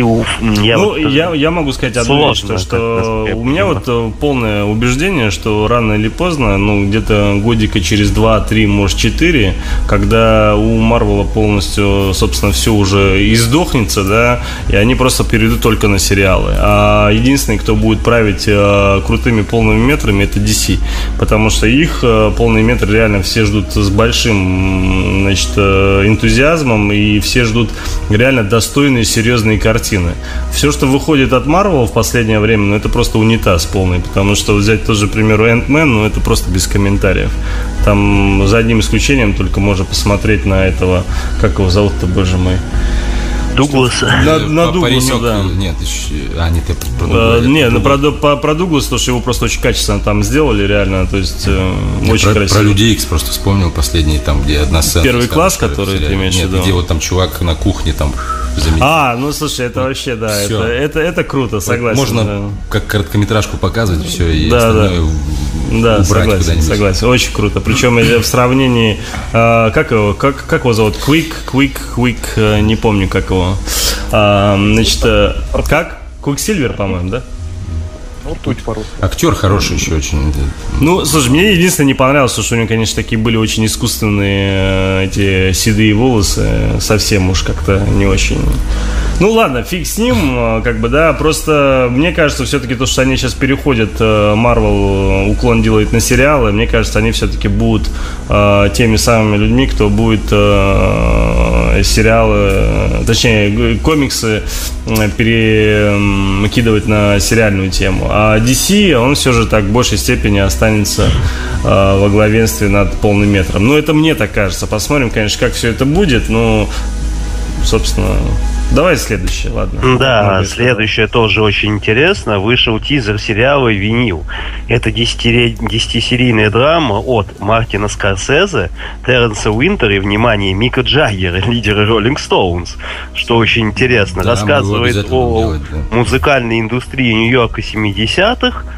этим? Я могу сказать одну вещь, что у меня полное убеждение, что рано или поздно, где-то годика через 2-3, может 4, когда у Марвела полностью, собственно, все уже издохнется, да, и они просто перейдут только на сериалы. А единственный, кто будет править крутыми полными метрами, это DC, потому что их полные метры реально все ждут с большим, энтузиазмом, и все ждут реально достойные, серьезные картины. Все, что выходит от Marvel в последнее время, это просто унитаз полный, потому что взять тот же, к примеру, Ant-Man, это просто без комментариев. Там за одним исключением только можно посмотреть на этого, как его зовут-то, боже мой, Дугласа. На Дугласа, да. Нет, ты про Дугласа. Нет, про Дугласа, потому что его просто очень качественно там сделали, реально, то есть очень красиво. Про «Людей Икс» просто вспомнил последний, там, где одна сцена. Первый класс, который ты имеешь в виду? Нет, где там чувак на кухне там заметил. Слушай, это вообще, да, это круто, согласен. Можно как короткометражку показывать, все, и остальное убрать куда-нибудь. Согласен, очень круто. Причем в сравнении, как его зовут? Quick, не помню, как его. Квиксильвер, по-моему, да? Актер хороший еще очень. Слушай, мне единственное не понравилось, что у него, конечно, такие были очень искусственные эти седые волосы. Совсем уж как-то не очень. Ладно, фиг с ним, просто мне кажется, все-таки то, что они сейчас переходят, Marvel уклон делает на сериалы, мне кажется, они все-таки будут теми самыми людьми, кто будет сериалы, точнее, комиксы перекидывать на сериальную тему. А DC, он все же так в большей степени останется во главенстве над полным метром. Это мне так кажется. Посмотрим, конечно, как все это будет, собственно... Давай следующее, ладно. Да, следующее тоже очень интересно. Вышел тизер сериала «Винил». Это 10-серийная драма от Мартина Скорсезе, Терренса Уинтера и, внимание, Мика Джаггера, лидера Роллинг Стоунс, что очень интересно. Рассказывает о музыкальной индустрии Нью-Йорка 70-х.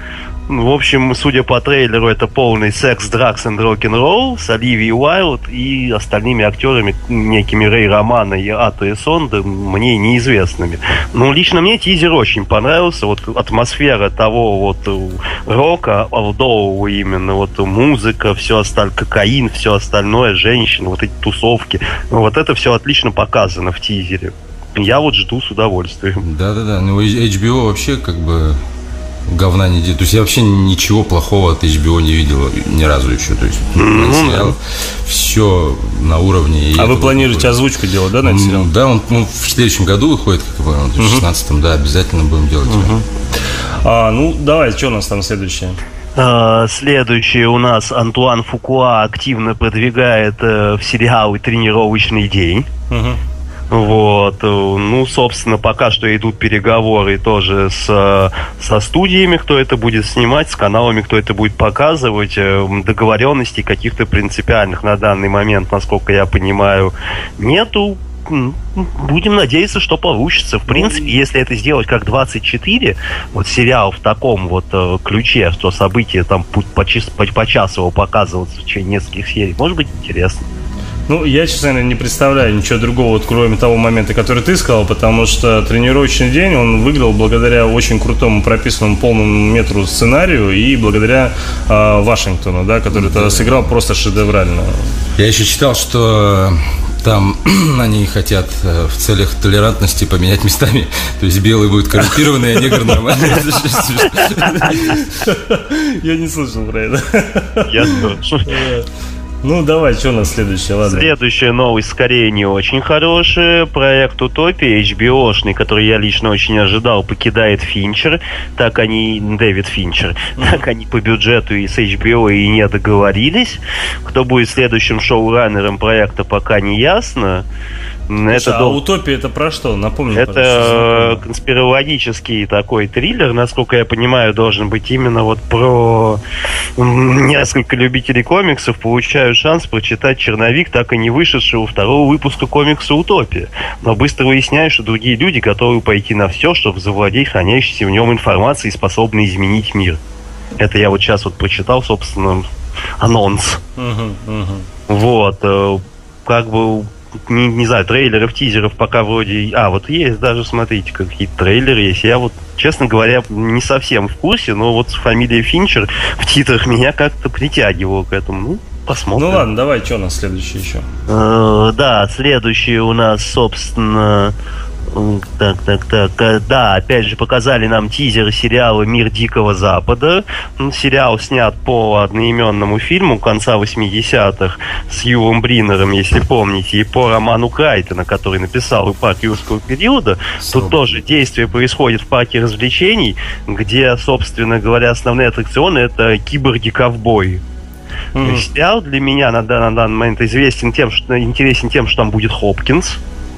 В общем, судя по трейлеру, это полный секс, дракс и рок-н-ролл с Оливией Уайлд и остальными актерами, некими Рэй Романо и Ато Эсондо, мне неизвестными. Но лично мне тизер очень понравился. Вот атмосфера того вот рока, олдового именно, вот музыка, все остальное, кокаин, все остальное, женщины, вот эти тусовки. Вот это все отлично показано в тизере. Я вот жду с удовольствием. Да-да-да, ну HBO вообще как бы говна не делает. То есть я вообще ничего плохого от HBO не видел ни разу еще. То есть сериал все на уровне. А вы планируете озвучку делать, да, на этот сериал? Да, он в следующем году выходит, как я понял, в 2016-м, да, обязательно будем делать. Ну, давай, что у нас там следующее? Следующее у нас Антуан Фукуа активно продвигает в сериалы «Тренировочный день». Вот, ну, собственно, пока что идут переговоры тоже со студиями, кто это будет снимать, с каналами, кто это будет показывать. Договоренностей каких-то принципиальных на данный момент, насколько я понимаю, нету. Будем надеяться, что получится. В принципе, если это сделать как 24, вот сериал в таком вот ключе, что события там почасово показываться в течение нескольких серий, может быть интересно. Ну, я, честно говоря, не представляю ничего другого, вот, кроме того момента, который ты сказал, потому что «Тренировочный день», он выиграл благодаря очень крутому прописанному полному метру сценарию и благодаря Вашингтону, да, который тогда сыграл просто шедеврально. Я еще читал, что там они хотят в целях толерантности поменять местами. То есть белый будет коррумпированный, а негр нормальный. Я не слышал про это. Я тоже. Ну, давай, что у нас следующее, ладно. Следующая новость скорее не очень хорошая. Проект «Утопия», HBO-шный, который я лично очень ожидал, покидает Финчер. Дэвид Финчер. Так они по бюджету и с HBO и не договорились. Кто будет следующим шоураннером проекта, пока не ясно. «Утопия» это про что? Напомни, это конспирологический такой триллер, насколько я понимаю, должен быть именно вот про несколько любителей комиксов получают шанс прочитать черновик так и не вышедшего второго выпуска комикса «Утопия». Но быстро выясняют, что другие люди готовы пойти на все, чтобы завладеть хранящейся в нем информацией, способной изменить мир. Это я вот сейчас вот прочитал, собственно, анонс. Вот. Как бы... Не знаю, трейлеров, тизеров пока вроде... вот есть даже, смотрите, какие-то трейлеры есть. Я вот, честно говоря, не совсем в курсе, но вот фамилия Финчер в титрах меня как-то притягивала к этому. Ну, посмотрим. Ну ладно, давай, что у нас следующее еще? Да, следующее у нас, собственно... Да, опять же, показали нам тизер сериала «Мир Дикого Запада». Сериал снят по одноименному фильму конца 80-х с Юлом Бриннером, если помните, и по роману Крайтона, который написал «Парк юрского периода». Тут тоже действие происходит в парке развлечений, где, собственно говоря, основные аттракционы — это киборги-ковбои. Сериал для меня на данный момент интересен тем, что там будет Хопкинс.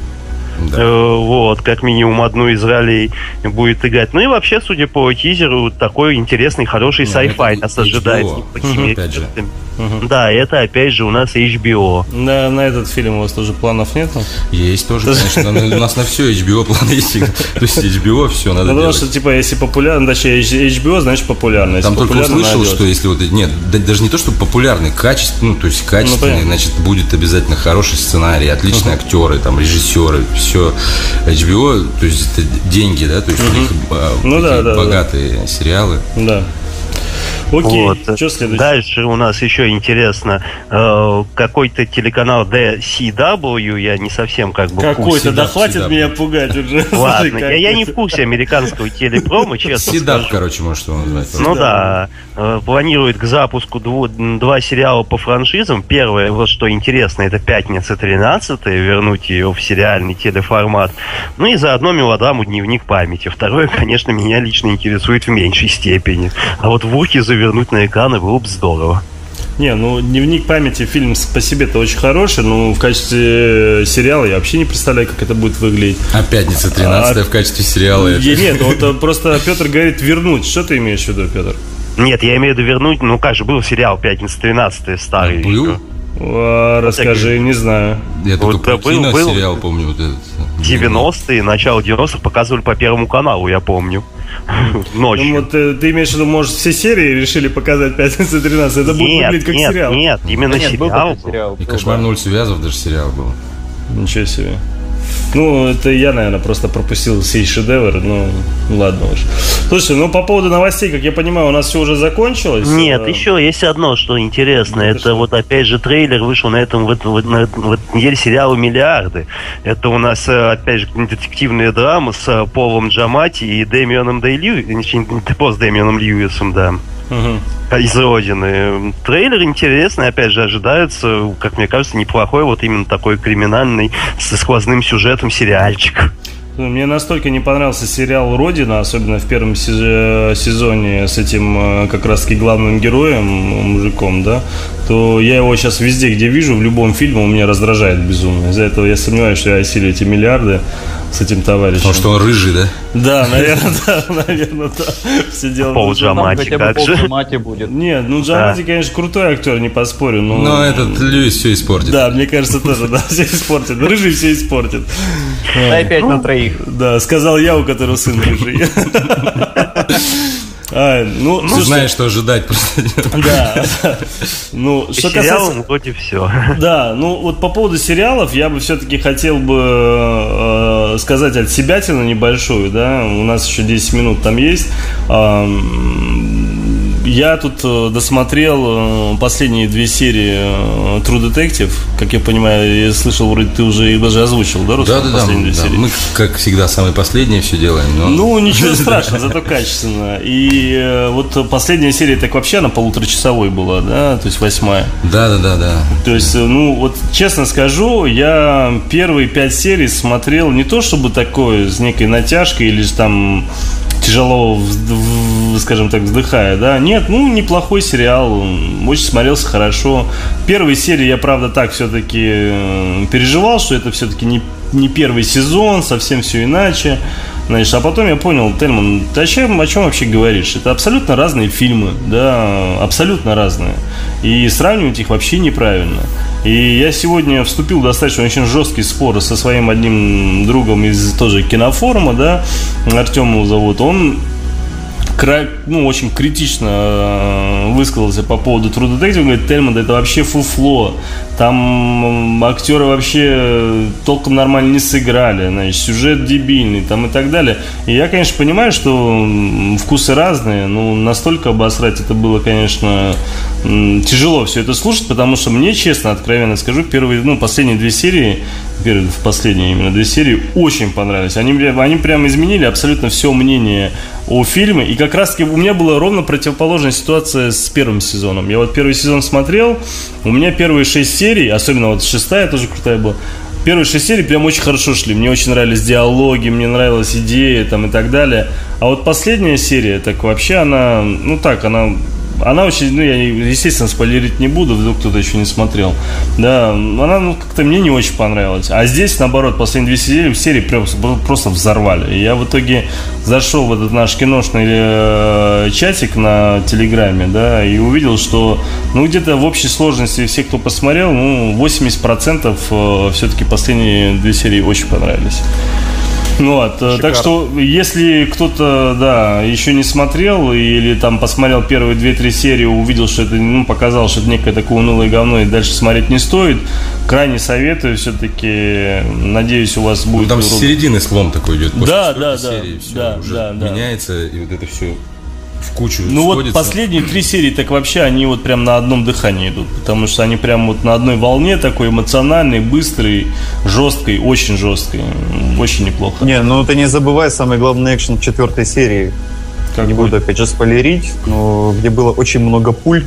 Да. Вот, как минимум одну из ролей будет играть. Ну и вообще, судя по тизеру, такой интересный, хороший sci-fi нас ожидает. Опять же. Да, это опять же у нас HBO. Да, на этот фильм у вас тоже планов нет? Есть тоже, конечно. У нас на все HBO планы есть. То есть HBO все надо делать. Потому что, типа, если популярно, точнее, HBO, значит популярно. Там только услышал, что если вот... Нет, даже не то, что популярный, качественный, то есть качественный, значит, будет обязательно хороший сценарий, отличные актеры, там, режиссеры, все. HBO, то есть это деньги, да, то есть у них богатые сериалы. Да. Окей, вот. Что следующее? Дальше у нас еще интересно, какой-то телеканал DCW, я не совсем как бы какой-то, да хватит меня пугать уже. Ладно, я не в курсе американского телепрома, честно скажу. короче, может его назвать. Ну да, планирует к запуску два сериала по франшизам. Первое, вот что интересно, это «Пятница 13-я», вернуть ее в сериальный телеформат. Ну и заодно мелодраму «Дневник памяти». Второе, конечно, меня лично интересует в меньшей степени. А вот «Вурки» завернуть на экраны было бы здорово. Не, ну «Дневник памяти» фильм по себе-то очень хороший, но в качестве сериала я вообще не представляю, как это будет выглядеть. А «Пятница 13-я» в качестве сериала это... Нет, вот просто Петр говорит вернуть. Что ты имеешь в виду, Петр? Нет, я имею в виду вернуть, ну как же, был сериал «Пятница 13-я» старый. Был? Расскажи, не знаю. Я только про киносериал помню. Вот этот. 90-е, начало 90-х показывали по Первому каналу, я помню. ночью. Ну, вот ты имеешь в виду, может, все серии решили показать «Пятница 13»? Это будет выглядеть как сериал. Нет, именно сериал. И «Кошмар на улице Вязов» даже сериал был. Ничего себе. Ну, это я, наверное, просто пропустил сей шедевр. Ну, ладно уж. Слушай, ну, по поводу новостей, как я понимаю, у нас все уже закончилось. Нет, еще есть одно, что интересно. Это что? Вот, опять же, трейлер вышел на этой неделе сериала «Миллиарды». Это у нас, опять же, детективная драма с Полом Джаматти и Дэмионом с Дэмионом Льюисом, да. Из «Родины». Трейлер интересный, опять же, ожидается, как мне кажется, неплохой вот именно такой криминальный со сквозным сюжетом сериальчик. Мне настолько не понравился сериал «Родина», особенно в первом сезоне с этим как раз-таки главным героем, мужиком, да, то я его сейчас везде, где вижу, в любом фильме, он меня раздражает безумно. Из-за этого я сомневаюсь, что я осилю эти миллиарды с этим товарищем. Потому что он рыжий, да? Да, наверное, да. Все дело Пол Джаматти, как же. Джаматти будет. Нет, ну Джаматти, конечно, крутой актер, не поспорю. Но этот Льюис все испортит. Да, мне кажется, тоже, да, все испортит. Рыжий все испортит. Дай 5 на 3. Да, сказал я, у которого сын рыжий. Знаешь, что ожидать просто. Да. Ну, что касается... вроде все. Да, ну вот по поводу сериалов я бы все-таки хотел бы сказать от себя-тину небольшую, да, у нас еще 10 минут там есть. Я тут досмотрел последние 2 серии True Detective. Как я понимаю, я слышал, вроде ты уже их даже озвучил, да, Руслан? Да. Мы, как всегда, самые последние все делаем. Но... Ну, ничего страшного, зато качественно. И вот последняя серия, так вообще она полуторачасовой была, да, то есть 8-я. Да. То есть, ну, вот честно скажу, я первые 5 серий смотрел не то чтобы такое, с некой натяжкой или там... тяжело, скажем так, вздыхая, да. Нет, ну, неплохой сериал, очень смотрелся хорошо. Первые серии я, правда, так все-таки переживал, что это все-таки не первый сезон, совсем все иначе. Значит, а потом я понял, Тельман, ты о чем вообще говоришь? Это абсолютно разные фильмы, да, абсолютно разные. И сравнивать их вообще неправильно. И я сегодня вступил в достаточно очень жесткий спор со своим одним другом из тоже кинофорума, да, Артем его зовут. Он очень критично высказался по поводу True Detective. Говорит, Тельман, это вообще фуфло. Там актеры вообще толком нормально не сыграли, значит, сюжет дебильный там и так далее. И я, конечно, понимаю, что вкусы разные, но настолько обосрать это было, конечно, тяжело все это слушать, потому что мне, честно, откровенно скажу, последние 2 серии, последние именно 2 серии очень понравились. Они прямо изменили абсолютно все мнение о фильме. И как раз-таки у меня была ровно противоположная ситуация с первым сезоном. Я вот первый сезон смотрел, у меня первые 6 серий, особенно вот 6-я тоже крутая была, первые 6 серий прям очень хорошо шли. Мне очень нравились диалоги, мне нравилась идея там и так далее. А вот последняя серия, так вообще она очень, я, естественно, спойлерить не буду, вдруг кто-то еще не смотрел. Да, она как-то мне не очень понравилась. А здесь, наоборот, последние 2 серии просто взорвали. И я в итоге зашел в этот наш киношный чатик на Телеграме, да, и увидел, что, где-то в общей сложности все, кто посмотрел, 80% все-таки последние 2 серии очень понравились. Так что, если кто-то, да, еще не смотрел или там посмотрел первые 2-3 серии, увидел, что это, показал, что это некое такое унылое говно и дальше смотреть не стоит, крайне советую все-таки, надеюсь, у вас будет... Там с середины склон такой идет. Да. Серии все уже меняется, и вот это все в кучу вот последние 3 серии, так вообще они вот прям на одном дыхании идут, потому что они прям вот на одной волне, такой эмоциональной, быстрой, жесткой, очень жесткой, очень неплохо. Ты не забывай самый главный экшен в 4 серии. Не буду опять же спойлерить, но где было очень много пуль.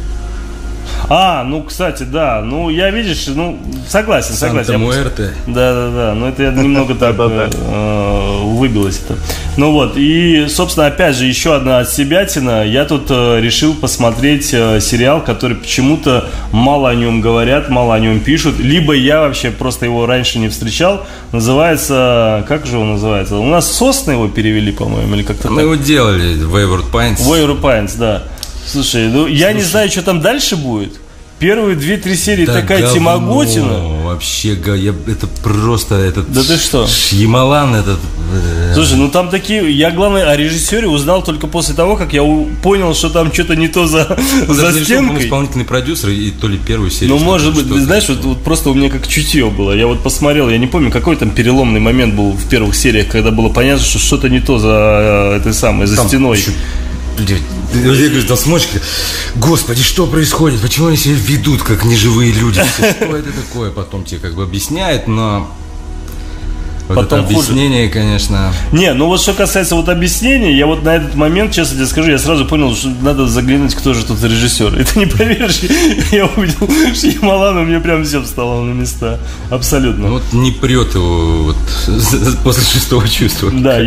Кстати, да. Я, видишь, согласен. Санта-Муэрте. Да. Но это я немного так выбилось это. И, собственно, опять же, еще одна отсебятина. Я тут решил посмотреть сериал, который почему-то мало о нем говорят, мало о нем пишут. Либо я вообще просто его раньше не встречал. Называется... Как же он называется? У нас «Сосны» его перевели, по-моему, или как-то так. Мы его делали. Wayward Pines. Wayward Pines, да. Слушай, я не знаю, что там дальше будет. Первые 2-3 серии такая тимаготина. вообще, это просто этот... Да ты что? Шьямалан этот... Слушай, ну там такие... Я, главное, о режиссере узнал только после того, как я понял, что там что-то не то за стенкой. Он исполнительный продюсер, и то ли первую серию. Ну, может быть, знаешь, вот просто у меня как чутье было. Я вот посмотрел, я не помню, какой там переломный момент был в первых сериях, когда было понятно, что что-то не то за этой самой, за стеной. Я говорю, там смотришь, господи, что происходит? Почему они себя ведут, как неживые люди? Что это такое? Потом тебе как бы объясняет, но... Вот Потом это объяснение, конечно... Не, ну вот что касается вот объяснений, я вот на этот момент, честно тебе скажу, я сразу понял, что надо заглянуть, кто же тут режиссер. И ты не поверишь, я увидел Шьямалана, у меня прям все встало на места. Абсолютно. Ну вот не прет его вот после шестого чувства. Да,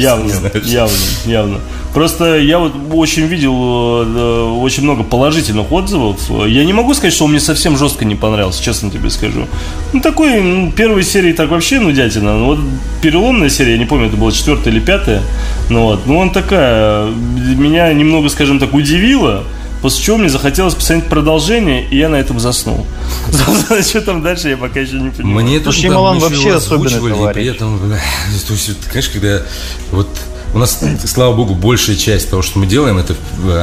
явно. Просто я вот очень видел очень много положительных отзывов. Я не могу сказать, что он мне совсем жестко не понравился, честно тебе скажу. Ну такой, первой серии так вообще нудятина. Ну вот переломная серия, я не помню, это была 4-я или 5-я. Ну вот, ну он такая, меня немного, скажем так, удивила. После чего мне захотелось посмотреть продолжение, и я на этом заснул. Что там дальше, я пока еще не понимаю. Мне тоже Шьямалан вообще особенный товарищ. При этом, то есть, конечно, когда вот у нас, слава богу, большая часть того, что мы делаем, это,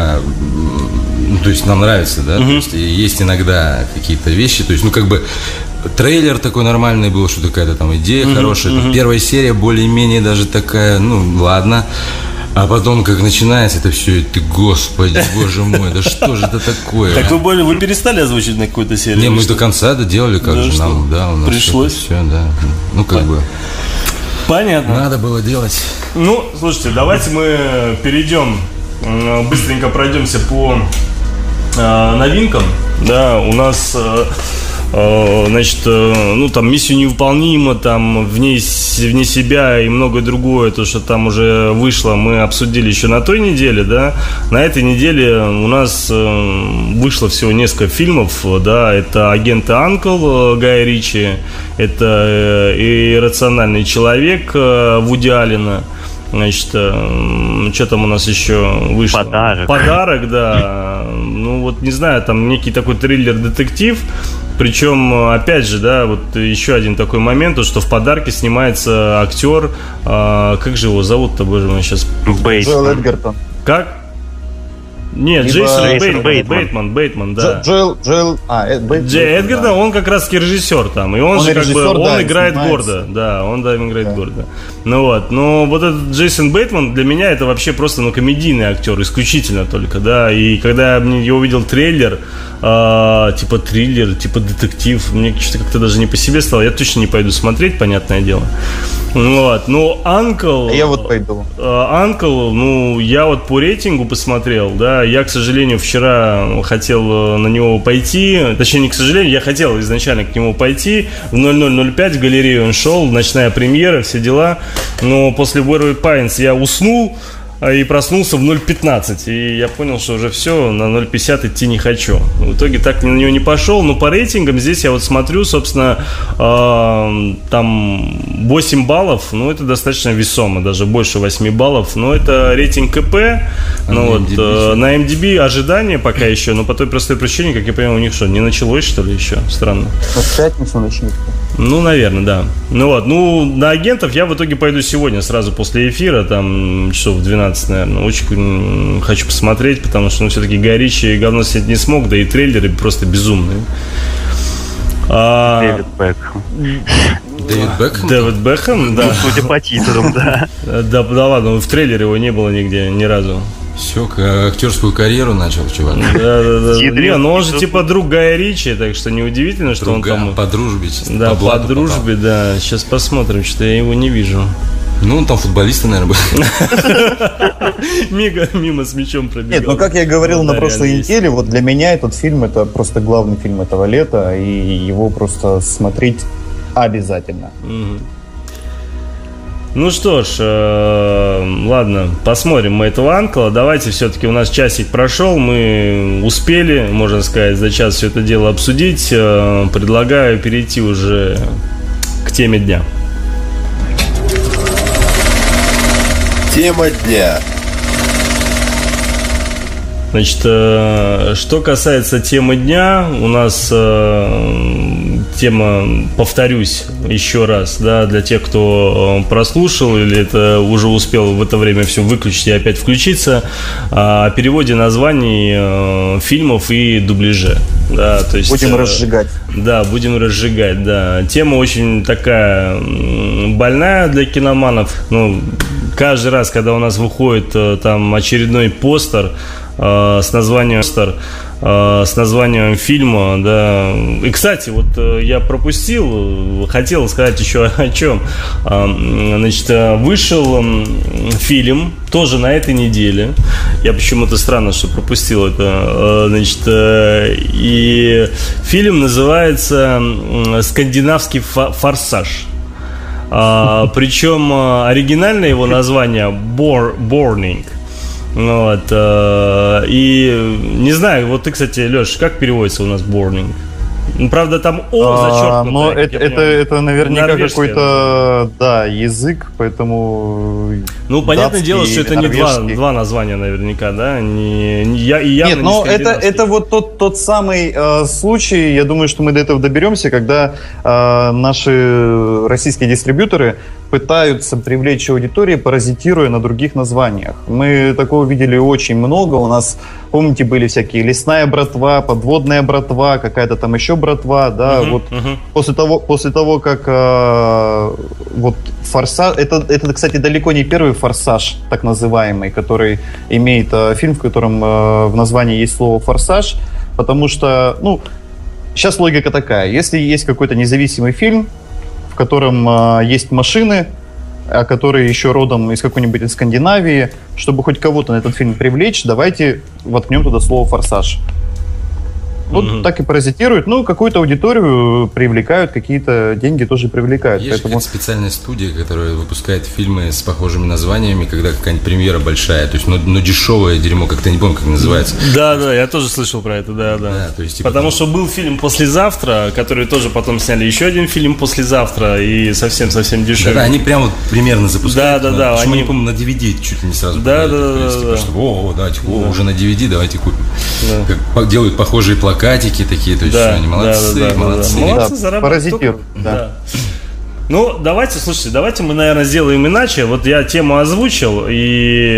ну, то есть нам нравится, да, то есть есть иногда какие-то вещи, то есть, ну, как бы трейлер такой нормальный был, что какая-то там идея хорошая, первая серия более-менее даже такая, ну, ладно. А потом, как начинается это все, и ты, господи, боже мой, да что же это такое? Так вы перестали озвучить на какую-то серию? Не, мы до конца доделали, как же нам, да, у нас пришлось. Все, да, ну как бы. Понятно. Надо было делать. Ну, слушайте, давайте мы перейдем, быстренько пройдемся по новинкам. Да, у нас... Значит, ну там «Миссия невыполнима», там вне себя и многое другое, то, что там уже вышло, мы обсудили еще на той неделе, да. На этой неделе у нас вышло всего несколько фильмов, да. Это «Агент Анкл» Гая Ричи, это «Иррациональный человек» Вуди Аллена. Значит, что там у нас еще вышло? Подарок, да. Ну вот не знаю, там некий такой триллер-детектив. Причем, опять же, да, вот еще один такой момент, то, что в «Подарке» снимается актер, как же его зовут-то, боже мой, сейчас... Джоэл Эдгертон. Как? Нет, Джейсон Бейтман, да. Эдгертон, он как раз режиссер там, и он же как бы, он играет гордо, да, он играет гордо. Ну вот, но вот этот Джейсон Бейтман для меня это вообще просто, ну, комедийный актер, исключительно только, да, и когда я увидел трейлер, типа триллер, типа детектив, мне что-то как-то даже не по себе стало, я точно не пойду смотреть, понятное дело. Вот, ну, Анкл... Я вот пойду. Анкл, ну, я вот по рейтингу посмотрел, да, я, к сожалению, вчера хотел на него пойти, точнее, не к сожалению, я хотел изначально к нему пойти, в 00:05 в галерею он шел, ночная премьера, все дела, но после Warrior Pines я уснул и проснулся в 0:15, и я понял, что уже все, на 0:50 идти не хочу. В итоге так на него не пошел, но по рейтингам здесь я вот смотрю, собственно, там 8 баллов, ну это достаточно весомо, даже больше 8 баллов, но это рейтинг КП, ну вот, на MDB ожидания пока еще, но по той простой причине, как я понимаю, у них что, не началось, что ли, еще? Странно. В пятницу начнется. Ну, наверное, да. Ну вот, ну, на агентов я в итоге пойду сегодня, сразу после эфира, там, часов в 12, наверное. Очень хочу посмотреть, потому что, ну, все-таки Гай Ричи говно снять не смог, да и трейлеры просто безумные. Дэвид Бекхэм. Дэвид Бекхэм, да. Судя по титрам, да. Да ладно, в трейлере его не было нигде, ни разу. Все, актерскую карьеру начал, чувак. Да. Не, ну он же типа друг Гая Ричи, так что неудивительно, что он там... По дружбе. Да, по дружбе, да. Сейчас посмотрим, что я его не вижу. Ну, он там футболисты, наверное, был. Мимо с мячом пробегал. Нет, ну как я говорил на прошлой неделе, вот для меня этот фильм, это просто главный фильм этого лета, и его просто смотреть обязательно. Ну что ж, ладно, посмотрим мы этого Анкла. Давайте, все-таки у нас часик прошел, мы успели, можно сказать, за час все это дело обсудить. Предлагаю перейти уже к теме дня. Тема дня. Значит, что касается темы дня, у нас тема, повторюсь еще раз, да, для тех, кто прослушал или это уже успел в это время все выключить и опять включиться, о переводе названий фильмов и дубляже. Да, то есть, будем разжигать. Да, будем разжигать, да. Тема очень такая больная для киноманов. Ну, каждый раз, когда у нас выходит там очередной постер с названием фильма, да. И, кстати, вот я пропустил, хотел сказать еще о чем. Значит, вышел фильм тоже на этой неделе. Я почему-то странно, что пропустил это. Значит, и фильм называется «Скандинавский форсаж». Причем оригинальное его название «Burning». Вот, и не знаю, вот ты, кстати, Леш, как переводится у нас «Burning»? Ну, правда, там «о» зачеркнуто. Но это наверняка какой-то, да, язык, поэтому... Ну, понятное дело, что это не два названия наверняка, да? Нет, но это вот тот самый случай, я думаю, что мы до этого доберемся, когда наши российские дистрибьюторы пытаются привлечь аудиторию, паразитируя на других названиях. Мы такого видели очень много. У нас, помните, были всякие «Лесная братва», «Подводная братва», какая-то там еще братва, да, После того, как вот «Форсаж», это, кстати, далеко не первый «Форсаж», так называемый, который имеет фильм, в котором в названии есть слово «форсаж», потому что, ну, сейчас логика такая. Если есть какой-то независимый фильм, в котором есть машины, которые еще родом из какой-нибудь из Скандинавии, чтобы хоть кого-то на этот фильм привлечь, давайте воткнем туда слово «форсаж». Вот так и паразитируют. Ну, какую-то аудиторию привлекают, какие-то деньги тоже привлекают. Есть какая-то специальная студия, которая выпускает фильмы с похожими названиями, когда какая-нибудь премьера большая, то есть, но дешевое дерьмо, как-то не помню, как называется. Да, я тоже слышал про это, да. То есть, типа, потому что был фильм «Послезавтра», который тоже потом сняли еще один фильм «Послезавтра», и совсем дешевый. Да, они прям вот примерно запускают. Да. Они, по-моему, на DVD чуть ли не сразу. Да. Уже на DVD, давайте купим. Как делают похожие плакатики такие, то есть они молодцы. Молодцы, паразитируют. Да. Ну, давайте мы, наверное, сделаем иначе. Вот я тему озвучил, и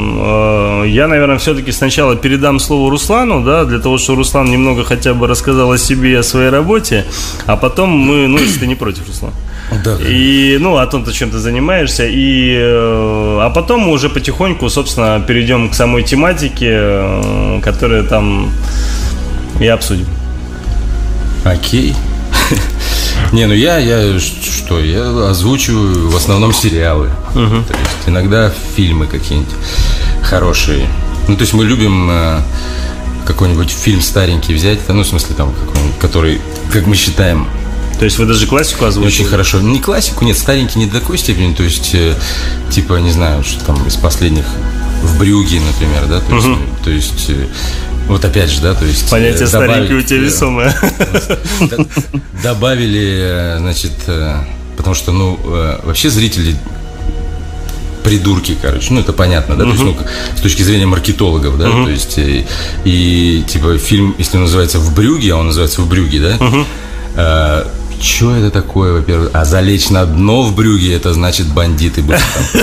я, наверное, все-таки сначала передам слово Руслану, да, для того, чтобы Руслан немного хотя бы рассказал о себе и о своей работе, а потом мы, ну, если ты не против, Руслан. Да. И, ну, о том, чем ты занимаешься, а потом мы уже потихоньку, собственно, перейдем к самой тематике, которая там и обсудим. Окей. Не, ну я озвучиваю в основном сериалы. То есть иногда фильмы какие-нибудь хорошие. Ну, то есть мы любим какой-нибудь фильм старенький взять, ну, в смысле, там, который, как мы считаем... То есть вы даже классику озвучиваете? Очень хорошо. Не классику, нет, старенький не до такой степени, то есть, типа, не знаю, что там из последних «В Брюгге», например, да, то есть вот опять же, да, то есть... Понятие старенький у тебя весомое. Добавили, значит, потому что, ну, вообще зрители придурки, короче, ну, это понятно, да, то есть, ну, с точки зрения маркетологов, да, то есть, и, типа, фильм, если называется «В Брюгге», а он называется «В Брюгге», да, что это такое, во-первых? А залечь на дно в Брюгге, это значит бандиты будут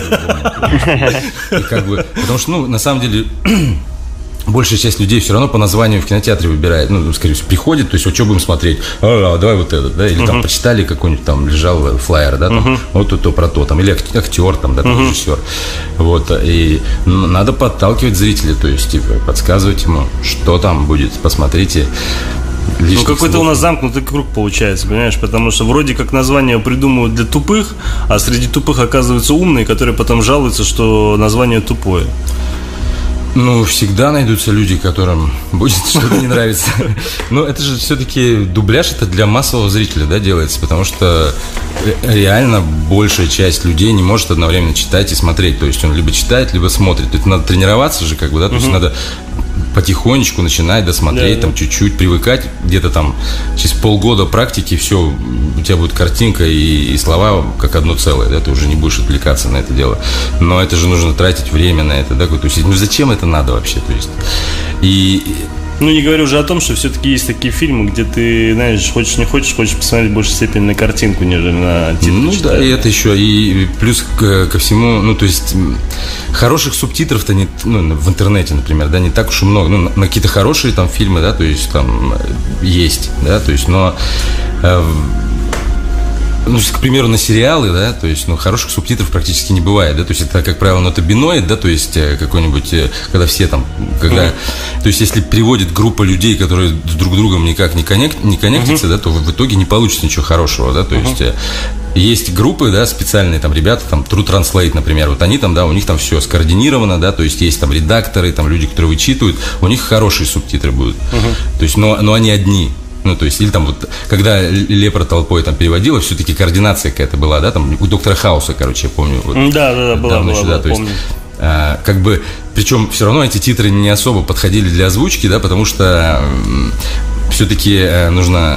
там. Потому что, ну, на самом деле... Большая часть людей все равно по названию в кинотеатре выбирает, ну, скорее всего, приходит, то есть, вот что будем смотреть, давай вот этот, да, или там почитали какой-нибудь там, лежал флаер, да, там, вот то про то, там, или актер, там, да, там, режиссер, вот, и надо подталкивать зрителя, то есть, типа, подсказывать ему, что там будет, посмотрите. Ну, какой-то у нас замкнутый круг получается, понимаешь, потому что вроде как название придумывают для тупых, а среди тупых оказываются умные, которые потом жалуются, что название тупое. Ну, всегда найдутся люди, которым будет что-то не нравиться. Но это же все-таки дубляж, это для массового зрителя, да, делается, потому что реально большая часть людей не может одновременно читать и смотреть. То есть он либо читает, либо смотрит. Это надо тренироваться же, как бы, да, то есть надо потихонечку начинать досмотреть, там чуть-чуть привыкать, где-то там через полгода практики, все, у тебя будет картинка и слова как одно целое, да, ты уже не будешь отвлекаться на это дело. Но это же нужно тратить время на это, да, то есть, ну зачем это надо вообще, то есть, и Ну, не говорю уже о том, что все-таки есть такие фильмы, где ты, знаешь, хочешь не хочешь посмотреть в большей степени на картинку, нежели на титры. Ну да, и это еще, и плюс ко всему, ну, то есть, хороших субтитров-то не, ну, в интернете, например, да, не так уж и много. Ну, на какие-то хорошие там фильмы, да, то есть, там есть, да, то есть, но... Ну, к примеру, на сериалы, да, то есть, ну, хороших субтитров практически не бывает, да, то есть, это, как правило, нотобиноид, да, то есть, какой-нибудь, когда все там, когда, то есть, если приводит группа людей, которые друг с другом никак не коннектятся, да, то в итоге не получится ничего хорошего, да, то есть, есть группы, да, специальные там ребята, там, True Translate, например, вот они там, да, у них там все скоординировано, да, то есть, есть там редакторы, там, люди, которые вычитывают, у них хорошие субтитры будут, то есть, но они одни. Ну, то есть, или там вот, когда Лепра толпой там переводила, все-таки координация какая-то была, да, там, у Доктора Хауса, короче, я помню. Вот, да, была, то есть, как бы, причем все равно эти титры не особо подходили для озвучки, да, потому что все-таки нужно...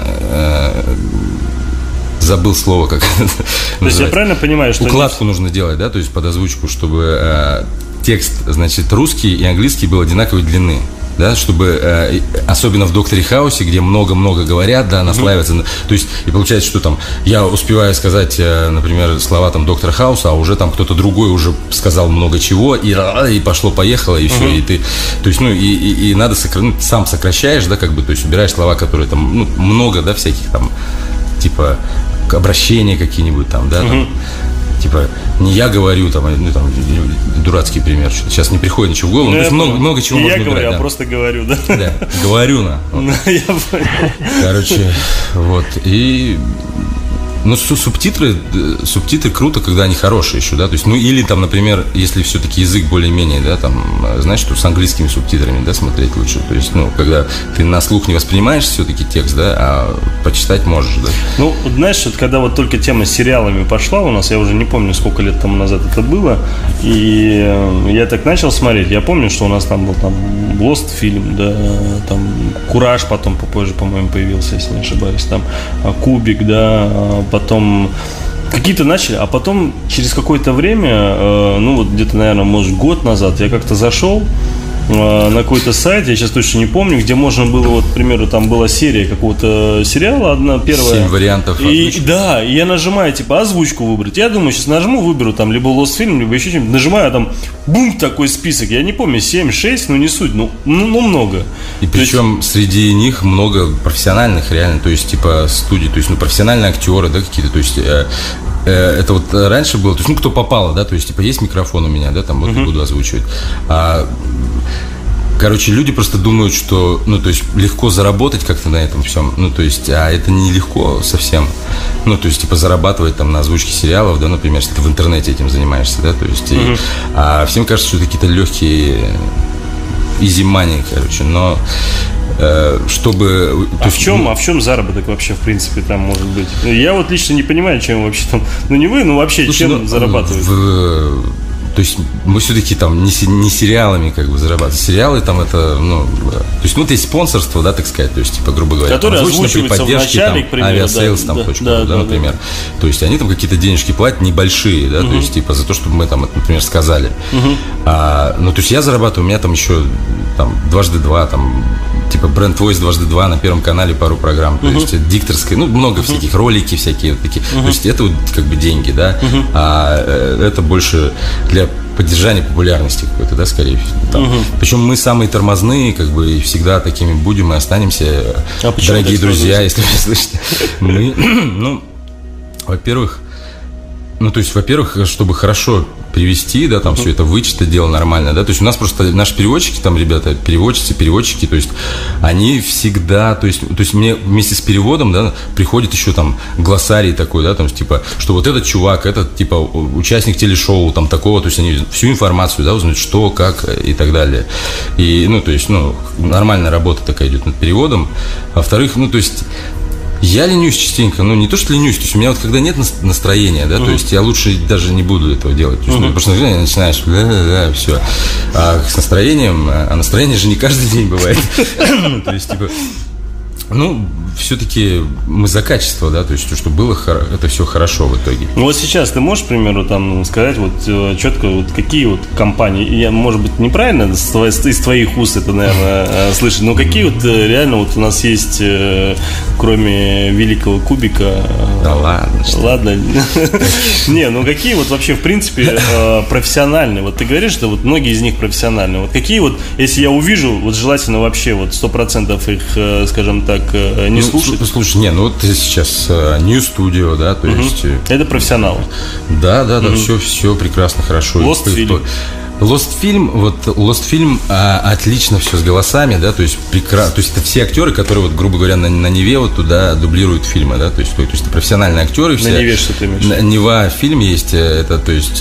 Забыл слово, как это называется. То есть, я правильно понимаю, что... Укладку нужно делать, да, то есть, под озвучку, чтобы текст, значит, русский и английский был одинаковой длины. Да, чтобы, особенно в «Докторе Хаусе», где много-много говорят, да, наслаиваются, то есть, и получается, что там, я успеваю сказать, например, слова там «Доктора Хауса», а уже там кто-то другой уже сказал много чего, и пошло-поехало, и все, и ты, то есть, ну, и надо, сам сокращаешь, да, как бы, то есть, убираешь слова, которые там, ну, много, да, всяких там, типа, обращения какие-нибудь там, да, там, типа, не я говорю, там, ну, там, дурацкий пример, что сейчас не приходит ничего в голову, ну, то есть много чего можно убрать. Я просто говорю, да? Да, говорю, Я понял. Короче, вот, и... Ну, субтитры круто, когда они хорошие еще, да, то есть, ну, или там, например, если все-таки язык более-менее, да, там, знаешь, что с английскими субтитрами, да, смотреть лучше, то есть, ну, когда ты на слух не воспринимаешь все-таки текст, да, а почитать можешь, да. Ну, знаешь, вот когда вот только тема с сериалами пошла у нас, я уже не помню, сколько лет тому назад это было, и я так начал смотреть, я помню, что у нас там был там Lost фильм, да, там Кураж потом попозже, по-моему, появился, если не ошибаюсь, там Кубик, да, потом какие-то начали, а потом через какое-то время, ну вот где-то, наверное, может, год назад я как-то зашел на какой-то сайт, я сейчас точно не помню, где можно было, вот, к примеру, там была серия какого-то сериала, одна первая. 7 вариантов озвучки. Да, и я нажимаю, типа, озвучку выбрать. Я думаю, сейчас нажму, выберу там либо Lost фильм, либо еще что-нибудь. Нажимаю, там, бум, такой список. Я не помню, 7, 6, ну не суть, ну много. И причем среди них много профессиональных реально, то есть, типа, студий, то есть, ну, профессиональные актеры, да, какие-то, то есть... Это вот раньше было, то есть, ну, кто попало, да, то есть, типа, есть микрофон у меня, да, там, вот, буду озвучивать. Короче, люди просто думают, что, ну, то есть, легко заработать как-то на этом всем, ну, то есть, а это не легко совсем. Ну, то есть, типа, зарабатывать там на озвучке сериалов, да, например, если ты в интернете этим занимаешься, да, то есть, а всем кажется, что это какие-то легкие easy money, короче, но... чтобы... в чем заработок вообще, в принципе, там может быть? Я вот лично не понимаю, чем вообще там... Ну, не вы, но вообще, слушай, чем зарабатывают? То есть мы все-таки там не сериалами как бы зарабатываем. Сериалы там это, ну... То есть, ну, это есть спонсорство, да, так сказать, то есть, типа, грубо говоря, которые озвучиваются в начале, к примеру, авиасейлс, там, да, например. То есть, они там какие-то денежки платят небольшие, да, то есть, типа, за то, чтобы мы там, например, сказали. Ну, то есть, я зарабатываю, у меня там еще, там, 2x2, там, типа, Brand Voice 2x2 на Первом канале пару программ, то есть, дикторской, ну, много всяких, ролики всякие вот такие. То есть, это вот, как бы, деньги, да, а это больше для поддержания популярности какой-то, да, скорее всего. Причем мы самые тормозные, как бы, и всегда такими будем и останемся, дорогие друзья, если вы слышите. Мы, ну, во-первых, ну, то есть, во-первых, чтобы хорошо перевести, да, там все это вычитать, дело нормально, да, то есть у нас просто наши переводчики, там, ребята, переводчики, то есть они всегда, то есть мне вместе с переводом, да, приходит еще там глоссарий такой, да, там, типа, что вот этот чувак, этот, типа, участник телешоу, там, такого, то есть они всю информацию, да, узнают, что, как и так далее. И, ну, то есть, ну, нормальная работа такая идет над переводом. Во-вторых, ну, то есть... Я ленюсь частенько, ну не то, что ленюсь, то есть у меня вот когда нет настроения, да, то есть я лучше даже не буду этого делать, то есть, ну, потому что начинаешь, все, а с настроением, а настроение же не каждый день бывает, то есть, типа, Ну, все-таки мы за качество, да, то есть, что было, это все хорошо в итоге. Ну, вот сейчас ты можешь, к примеру, там сказать вот четко, вот какие вот компании, я, может быть, неправильно из твоих уст это, наверное, слышать, но какие вот реально вот у нас есть, кроме Великого Кубика... Да ладно. Ладно. Не, ну какие вот вообще, в принципе, профессиональные, вот ты говоришь, что вот многие из них профессиональные, вот какие вот, если я увижу, вот желательно вообще вот 100% их, скажем так, не слушать. Слушай, не, ну вот сейчас New Studio, да, то есть... Это профессионалы. Да, все прекрасно, хорошо. Lost Film. Lost Film отлично все с голосами, да, то есть прекрасно, то есть это все актеры, которые, вот, грубо говоря, на Неве вот туда дублируют фильмы, да, то есть это профессиональные актеры все. На Неве что ты имеешь? Нева фильм есть, это, то есть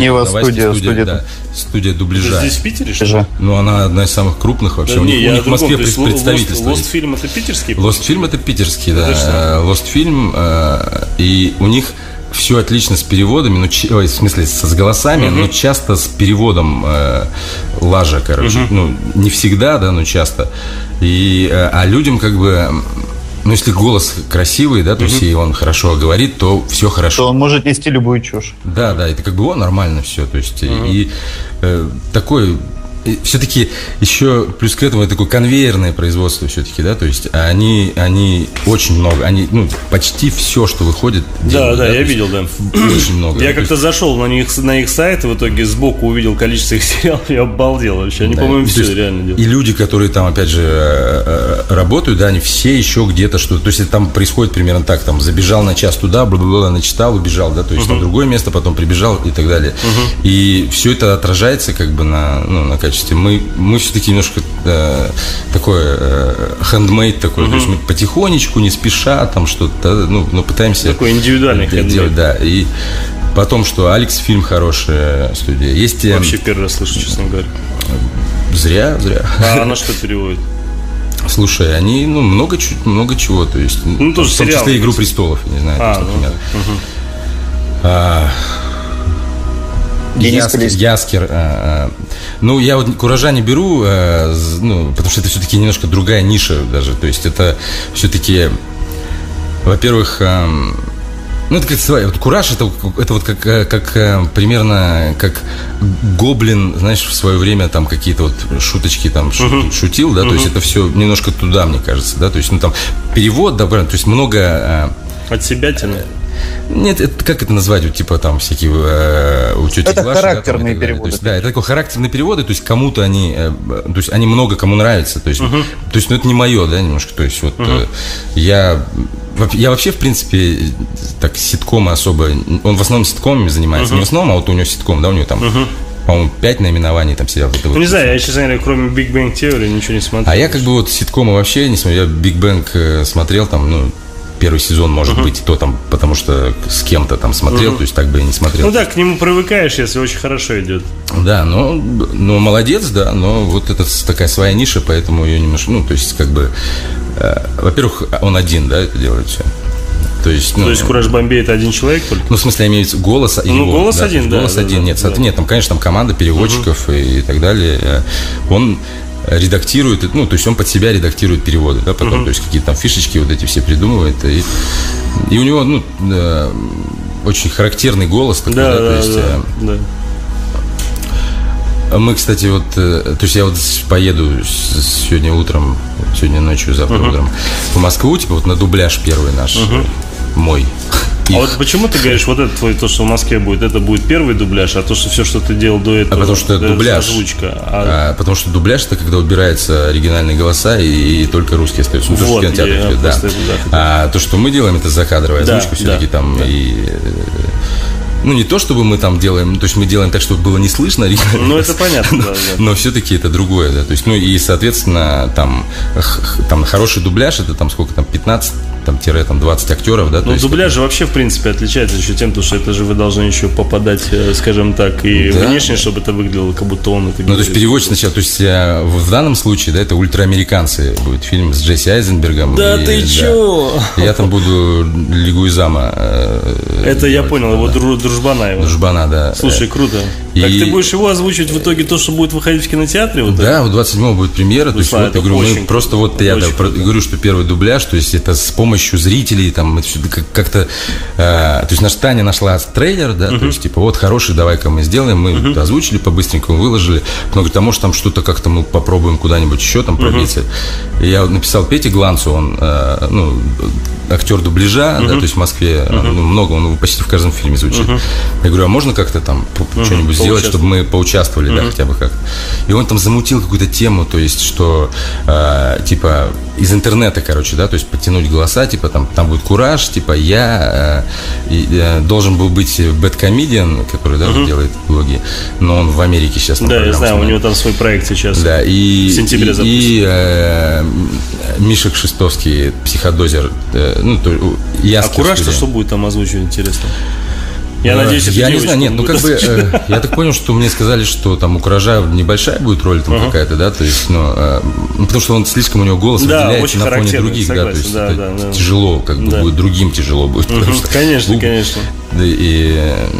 студия дубляжа. Это здесь в Питере, что ли? Ну, она одна из самых крупных вообще. Да, у них в Москве представительство. Lost Film это питерский? Lost Film это питерский, да. Lost Film, и у них все отлично с переводами, ну, в смысле, с голосами, но часто с переводом лажа, короче. Ну, не всегда, да, но часто. А людям как бы... Ну, если голос красивый, да, то есть и он хорошо говорит, то все хорошо. То он может нести любую чушь. Да, это как бы нормально все. То есть и такой... Все-таки еще плюс к этому это такое конвейерное производство все-таки, да, то есть они очень много, они, ну, почти все, что выходит, делают, да, я видел, да. Очень много. Я как-то зашел на их сайт, и в итоге сбоку увидел количество их сериалов, я обалдел вообще. Они, по-моему, все реально делают. И люди, которые там, опять же, работают, да, они все еще где-то что-то, то есть там происходит примерно так, там, забежал на час туда, бла-бла-бла, начитал, убежал, да, то есть на другое место, потом прибежал и так далее. И все это отражается как бы на качестве. Мы все-таки немножко такое хендмейд такой, то есть мы потихонечку, не спеша, там что-то, ну пытаемся такой индивидуальный делать, да. И потом, что Алекс фильм хорошая студия. Есть вообще первый раз слышу, честно говоря. Зря. А она что переводит? Слушай, они, много чего, то есть, тоже в том числе «Игру престолов», не знаю. Яскер. Ну, я вот «Куража» не беру, потому что это все-таки немножко другая ниша даже. То есть это все-таки, во-первых, это как своя. Вот «Кураж» это вот как примерно как Гоблин, знаешь, в свое время там какие-то вот шуточки там шутил, да, то есть это все немножко туда, мне кажется, да, то есть, там перевод, да, то есть много... От себя тянет. Нет, как это назвать, вот, типа там всякие у тети это Глаши, характерные да, переводы. То есть, да, это такие характерные переводы, то есть кому-то они, то есть они много кому нравятся, то есть, это не мое, да, немножко, то есть вот я вообще, в принципе, так ситкомы особо, он в основном ситкомами занимается, не в основном, а вот у него ситком, да, у него там, по-моему, 5 наименований там сериалов. Ну, не знаю, я, честно говоря, кроме Big Bang Theory ничего не смотрел. А я как бы вот ситкомы вообще не смотрел, я Big Bang смотрел там, первый сезон, может быть, то там, потому что с кем-то там смотрел, то есть так бы я не смотрел. Ну да, к нему привыкаешь, если очень хорошо идет. Да, но молодец, да, но вот это такая своя ниша, поэтому ее немножко, то есть как бы, во-первых, он один, да, это делает все. То есть «Кураж Бомбей» это один человек только? В смысле, я имею в виду голос его. Голос один, да. Голос один, нет, там, конечно, там команда переводчиков и так далее. Он редактирует, то есть он под себя редактирует переводы, да, потом, то есть какие-то там фишечки вот эти все придумывает, и у него, очень характерный голос такой, то есть. Мы, кстати, вот, то есть я вот поеду сегодня ночью, завтра утром в Москву, типа вот на дубляж первый наш, мой. А вот почему ты говоришь, вот это твой, то, что в Москве будет, это будет первый дубляж, а то, что все, что ты делал до этого, потому что это дубляж, озвучка. Потому что дубляж это когда убираются оригинальные голоса и только русские остаются. То, что кинотеатр идет, да. А то, что мы делаем, это закадровая озвучка, все-таки там и. Не то, чтобы мы там делаем, то есть мы делаем так, чтобы было не слышно. Это понятно, да. Но все-таки это другое, да. То есть, и, соответственно, там хороший дубляж, это там сколько там, 15-20 актеров, да. Дубляж же вообще, в принципе, отличается еще тем, что это же вы должны еще попадать, скажем так, и внешне, чтобы это выглядело, как будто он это говорит. То есть переводчик сначала, то есть в данном случае, да, это «Ультраамериканцы» будет фильм с Джесси Айзенбергом. Да ты чё? Я там буду Лигуизама. Это я понял, его Дружбана его. Дружбана, да. Слушай, круто. Так ты будешь его озвучивать в итоге то, что будет выходить в кинотеатре? Вот да, вот 27-го будет премьера. То есть, вот, я говорю, мы просто вот я говорю, что первый дубляж, то есть это с помощью зрителей, там, как-то, то есть наша Таня нашла трейлер, да, то есть, типа, вот хороший, давай-ка мы сделаем, мы озвучили по-быстренькому, выложили. Но говорит, а может там что-то как-то мы попробуем куда-нибудь еще там пробиться. И я написал Пете Гланцу, он, актер дубляжа, да, то есть в Москве много, он почти в каждом фильме звучит. Я говорю, а можно как-то там что-нибудь сделать, чтобы мы поучаствовали, да, хотя бы как. И он там замутил какую-то тему, то есть, что типа из интернета, короче, да, то есть подтянуть голоса, типа там будет Кураж, типа я должен был быть бэдкомедиан, который, да, делает блоги, но он в Америке сейчас. Да, я знаю, у него там свой проект сейчас. Да, и в сентябре запустил. И Миша Кшистовский, психодозер. А Кураж-то что будет там озвучивать, интересно? Я надеюсь, это я не знаю, нет, я так понял, что мне сказали, что там у Куража небольшая будет роль там какая-то, да, то есть, потому что он слишком, у него голос выделяется на фоне других, да, то есть это тяжело, как бы будет, другим тяжело будет. Конечно, конечно. И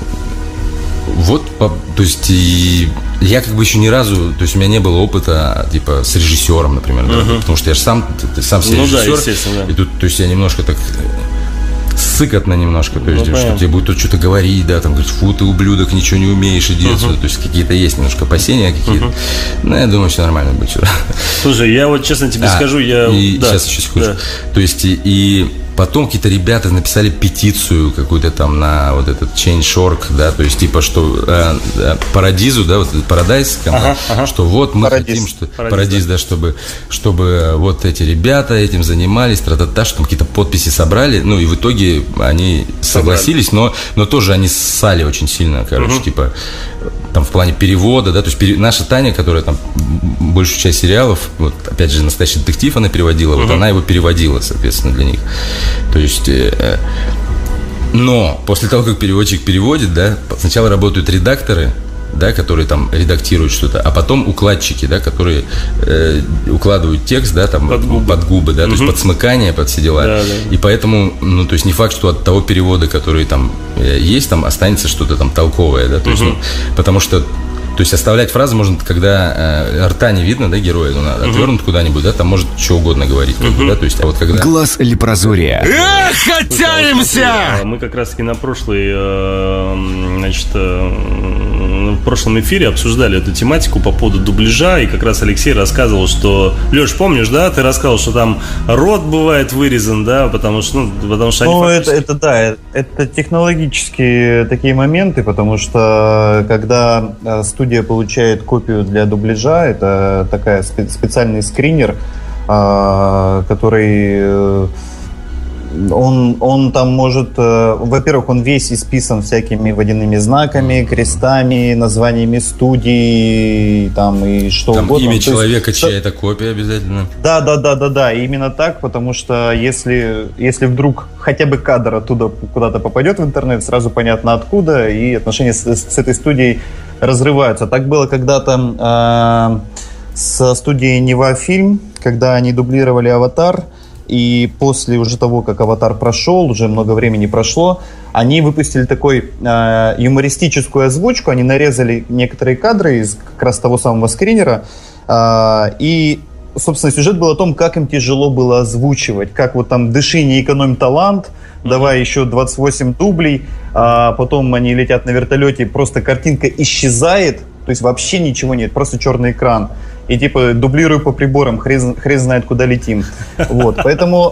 вот, то есть, я как бы еще ни разу, то есть у меня не было опыта, типа, с режиссером, например, да, потому что я же сам себе режиссер, да, естественно, да. И тут, то есть я немножко так сыкотно немножко, то есть, что тебе будут тут что-то говорить, да, там, говорит, фу, ты ублюдок, ничего не умеешь, иди отсюда, то есть какие-то есть немножко опасения какие-то, но я думаю, все нормально будет вчера. Слушай, я вот честно тебе скажу, сейчас еще секунду, то есть, и потом какие-то ребята написали петицию какую-то там на вот этот Change.org, да, то есть типа, что Парадизу, да, вот Парадайз, что вот мы хотим, что Парадиз, да, чтобы вот эти ребята этим занимались, тра-та-та, что там какие-то подписи собрали, ну и в итоге они согласились, но тоже они ссали очень сильно, короче, типа там в плане перевода, да, то есть наша Таня, которая там большую часть сериалов, вот опять же «Настоящий детектив» она переводила, вот она его переводила, соответственно, для них. То есть, но после того, как переводчик переводит, да, сначала работают редакторы, да, которые там редактируют что-то, а потом укладчики, да, которые укладывают текст, да, там под губы, да, то есть под смыкание, под все дела. Да, да. И поэтому, то есть не факт, что от того перевода, который там есть, там останется что-то там толковое, да, то есть, потому что, то есть оставлять фразы можно, когда рта не видно, да, героя, ну, надо отвернуть куда-нибудь, да, там может что угодно говорить, как бы, да, то есть, а вот когда... Глаз Лепрозория. Хотяемся! Мы как раз-таки на прошлый, значит, в прошлом эфире обсуждали эту тематику по поводу дубляжа, и как раз Алексей рассказывал, что... Леш, помнишь, да, ты рассказывал, что там рот бывает вырезан, да, потому что они фактически... это технологические такие моменты, потому что когда студия получает копию для дубляжа, это такая специальный скринер, который... Он там может, во-первых, он весь исписан всякими водяными знаками, крестами, названиями студий, там и что там угодно. Имя человека, чья-то копия обязательно. Да, именно так, потому что если вдруг хотя бы кадр оттуда куда-то попадет в интернет, сразу понятно откуда, и отношения с этой студией разрываются. Так было когда-то со студией Нева Фильм, когда они дублировали «Аватар», и после уже того, как «Аватар» прошел, уже много времени прошло, они выпустили такой юмористическую озвучку, они нарезали некоторые кадры из как раз того самого скринера, и, собственно, сюжет был о том, как им тяжело было озвучивать, как вот там «Дыши, не экономь талант», давай еще 28 дублей, а потом они летят на вертолете, просто картинка исчезает, то есть вообще ничего нет, просто черный экран. И типа дублирую по приборам, хрен знает, куда летим. Вот, поэтому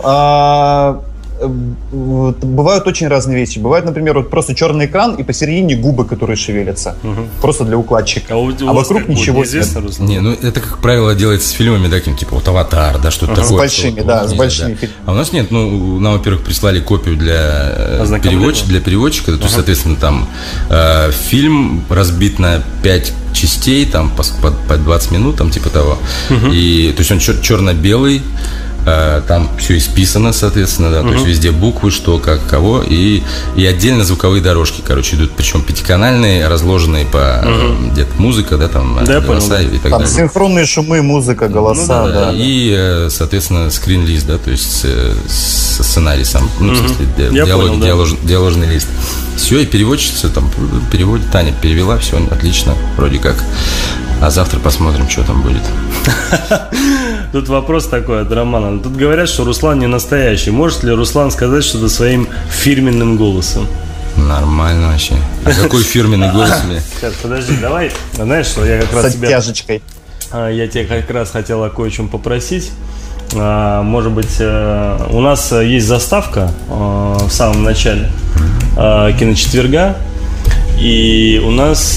бывают очень разные вещи. Бывает, например, вот просто черный экран и посередине губы, которые шевелятся. Просто для укладчика. А вокруг ничего нет. Не, ну это, как правило, делается с фильмами, да, типа вот «Аватар», да, что-то такое. С большими, да, с большими фильмами. А у нас нет, нам, во-первых, прислали копию для переводчика, то есть, соответственно, там фильм разбит на 5 частей, там по 20 минут, там типа того. И, то есть он черно-белый, там все исписано, соответственно, да, то есть везде буквы, что, как, кого, и отдельно звуковые дорожки, короче, идут, причем пятиканальные, разложенные по где-то музыка, да, там голоса и так далее. Там синхронные шумы, музыка, голоса, да. И, соответственно, скрин-лист, да, то есть сценарий сам, в смысле, диаложный лист. Все, и переводчица там переводит, Таня перевела, все отлично, вроде как. А завтра посмотрим, что там будет. Тут вопрос такой от Романа. Тут говорят, что Руслан не настоящий. Может ли Руслан сказать что-то своим фирменным голосом? Нормально вообще. А какой фирменный голос у меня? Сейчас, подожди, давай. Знаешь, что я как раз С оттяжечкой. Я тебя как раз хотел о кое-чем попросить. Может быть, у нас есть заставка в самом начале киночетверга. И у нас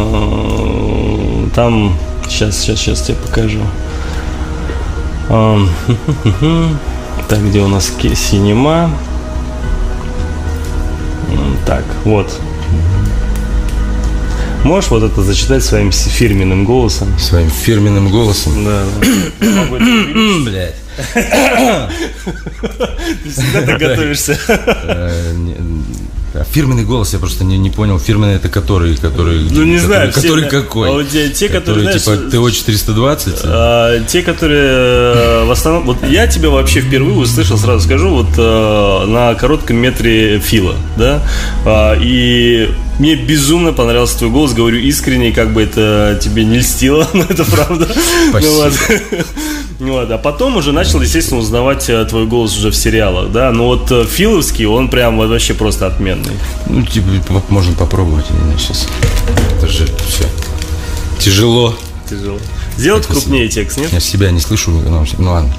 там... Сейчас тебе покажу. Так, где у нас синема? Так, вот. Можешь вот это зачитать своим фирменным голосом? Своим фирменным голосом? Да. Блядь. Ты всегда так готовишься. Фирменный голос, я просто не понял. Фирменный это который? Ну не знаю. Который какой? А вот те, которые, типа ТО-420? Те, которые в основном... Вот я тебя вообще впервые услышал, сразу скажу, вот на коротком метре Фила, да? И мне безумно понравился твой голос, говорю искренне, как бы это тебе не льстило, но это правда. Спасибо. Вот. А потом уже начал, естественно, узнавать твой голос уже в сериалах, да? Но вот филовский, он прям вообще просто отменный. Ну, типа, можно попробовать сейчас. Это же все тяжело. Сделать крупнее текст, нет? Я себя не слышу. Ну ладно.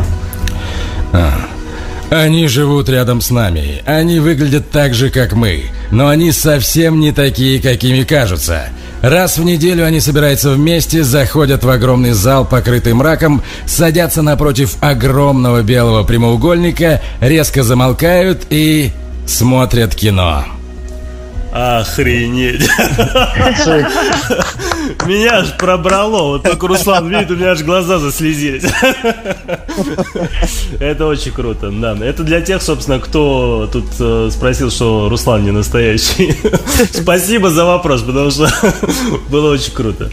Они живут рядом с нами. Они выглядят так же, как мы. Но они совсем не такие, какими кажутся. Раз в неделю они собираются вместе, заходят в огромный зал, покрытый мраком, садятся напротив огромного белого прямоугольника, резко замолкают и смотрят кино. Охренеть. Меня аж пробрало. Вот только Руслан видит, у меня аж глаза заслезились. Это очень круто, да. Это для тех, собственно, кто тут спросил, что Руслан не настоящий. Спасибо за вопрос, потому что было очень круто.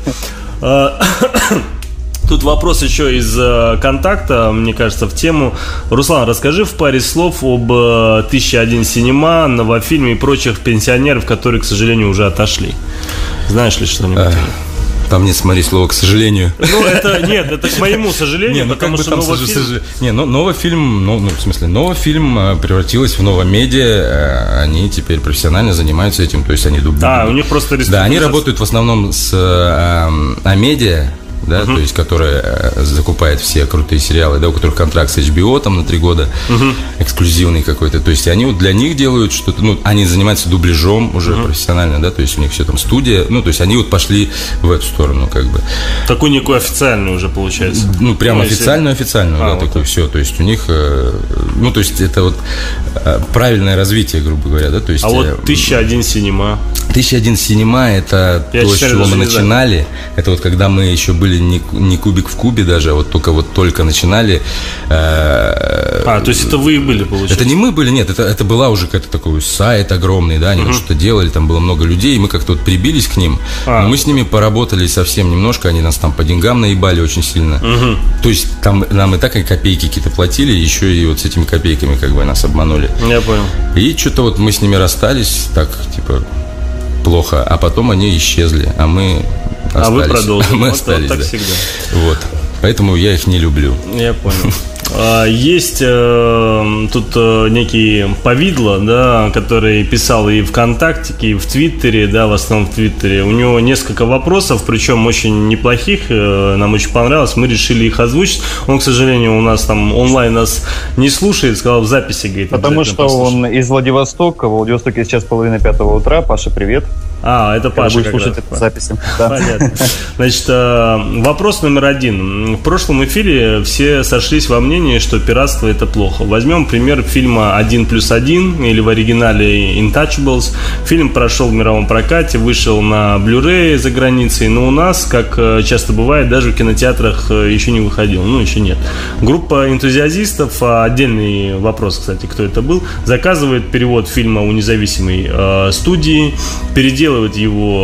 Тут вопрос еще из контакта, мне кажется, в тему. Руслан, расскажи в паре слов об 1001 Синема, Новофильме и прочих пенсионеров, которые, к сожалению, уже отошли. Знаешь ли что-нибудь? Там нет, смотри, слово «к сожалению». Ну, это к моему сожалению, потому что Новофильм, Новофильм превратилась в Новомедиа, они теперь профессионально занимаются этим, то есть они дублируют. У них просто Да, они работают в основном с Амедиа, да, то есть, которая закупает все крутые сериалы, да, у которых контракт с HBO там на 3 года, эксклюзивный какой-то, то есть, они вот для них делают что-то, ну, они занимаются дубляжом уже профессионально, да, то есть, у них все там студия, ну, то есть, они вот пошли в эту сторону, как бы. Такую некую официальную уже получается. Ну, прям официальную, да, вот такое все, то есть, у них, ну, то есть, это вот правильное развитие, грубо говоря, да, то есть. А вот 1001 Синема. 1001 Синема, это то, с чего мы начинали, это вот когда мы еще были не кубик в кубе даже, а вот только начинали. То есть это вы и были, получается? Это не мы были, нет, это была уже какой-то такой сайт огромный, да, они вот что-то делали, там было много людей, и мы как-то вот прибились к ним, но мы с ними поработали совсем немножко, они нас там по деньгам наебали очень сильно, то есть там нам и так и копейки какие-то платили, еще и вот с этими копейками как бы нас обманули. Я понял. И что-то вот мы с ними расстались, так, типа, плохо, а потом они исчезли, а мы остались. А вы продолжили. Мы остались, так да. всегда. Вот. Поэтому я их не люблю. Я понял. Есть тут некий Повидло, да, который писал и ВКонтакте, и в Твиттере, да, в основном в Твиттере. У него несколько вопросов, причем очень неплохих, нам очень понравилось, мы решили их озвучить. Он, к сожалению, у нас там онлайн нас не слушает, сказал в записи, говорит. Потому что он из Владивостока, в Владивостоке сейчас 4:30 утра. Паша, привет. Это Паша будешь слушать эту запись. Да. Понятно. Значит, вопрос номер 1. В прошлом эфире все сошлись во мнении, что пиратство – это плохо. Возьмем пример фильма «1+1» или в оригинале «Intouchables». Фильм прошел в мировом прокате, вышел на Blu-ray за границей, но у нас, как часто бывает, даже в кинотеатрах еще не выходил. Ну, еще нет. Группа энтузиастов, отдельный вопрос, кстати, кто это был, заказывает перевод фильма у независимой студии, приделывают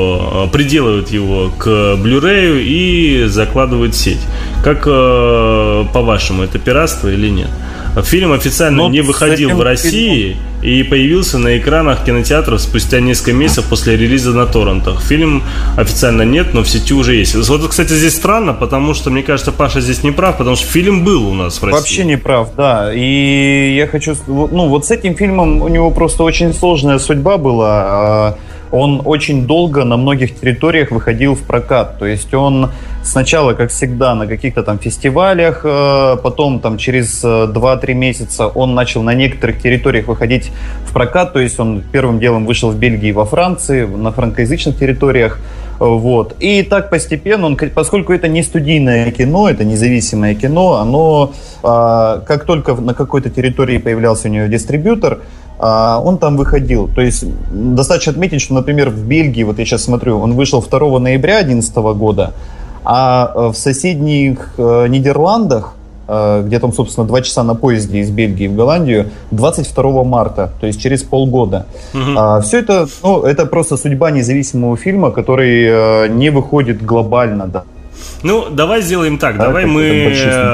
его к Blu-ray и закладывают в сеть. Как, по-вашему, это пиратство или нет? Фильм официально не выходил в России и появился на экранах кинотеатров спустя несколько месяцев после релиза на торрентах. Фильм официально нет, но в сети уже есть. Вот, кстати, здесь странно, потому что, мне кажется, Паша здесь не прав, потому что фильм был у нас в России. Вообще не прав, да. И я хочу... вот с этим фильмом у него просто очень сложная судьба была. Он очень долго на многих территориях выходил в прокат. То есть он сначала, как всегда, на каких-то там фестивалях, потом там через 2-3 месяца он начал на некоторых территориях выходить в прокат. То есть он первым делом вышел в Бельгии и во Франции, на франкоязычных территориях. Вот. И так постепенно, поскольку это не студийное кино, это независимое кино, оно, как только на какой-то территории появлялся у него дистрибьютор, он там выходил. То есть достаточно отметить, что, например, в Бельгии, вот я сейчас смотрю, он вышел 2 ноября 2011 года, а в соседних Нидерландах, где там, собственно, 2 часа на поезде из Бельгии в Голландию, 22 марта, то есть через полгода. Все это, это просто судьба независимого фильма, который не выходит глобально, да. Ну, давай сделаем так. Да, давай мы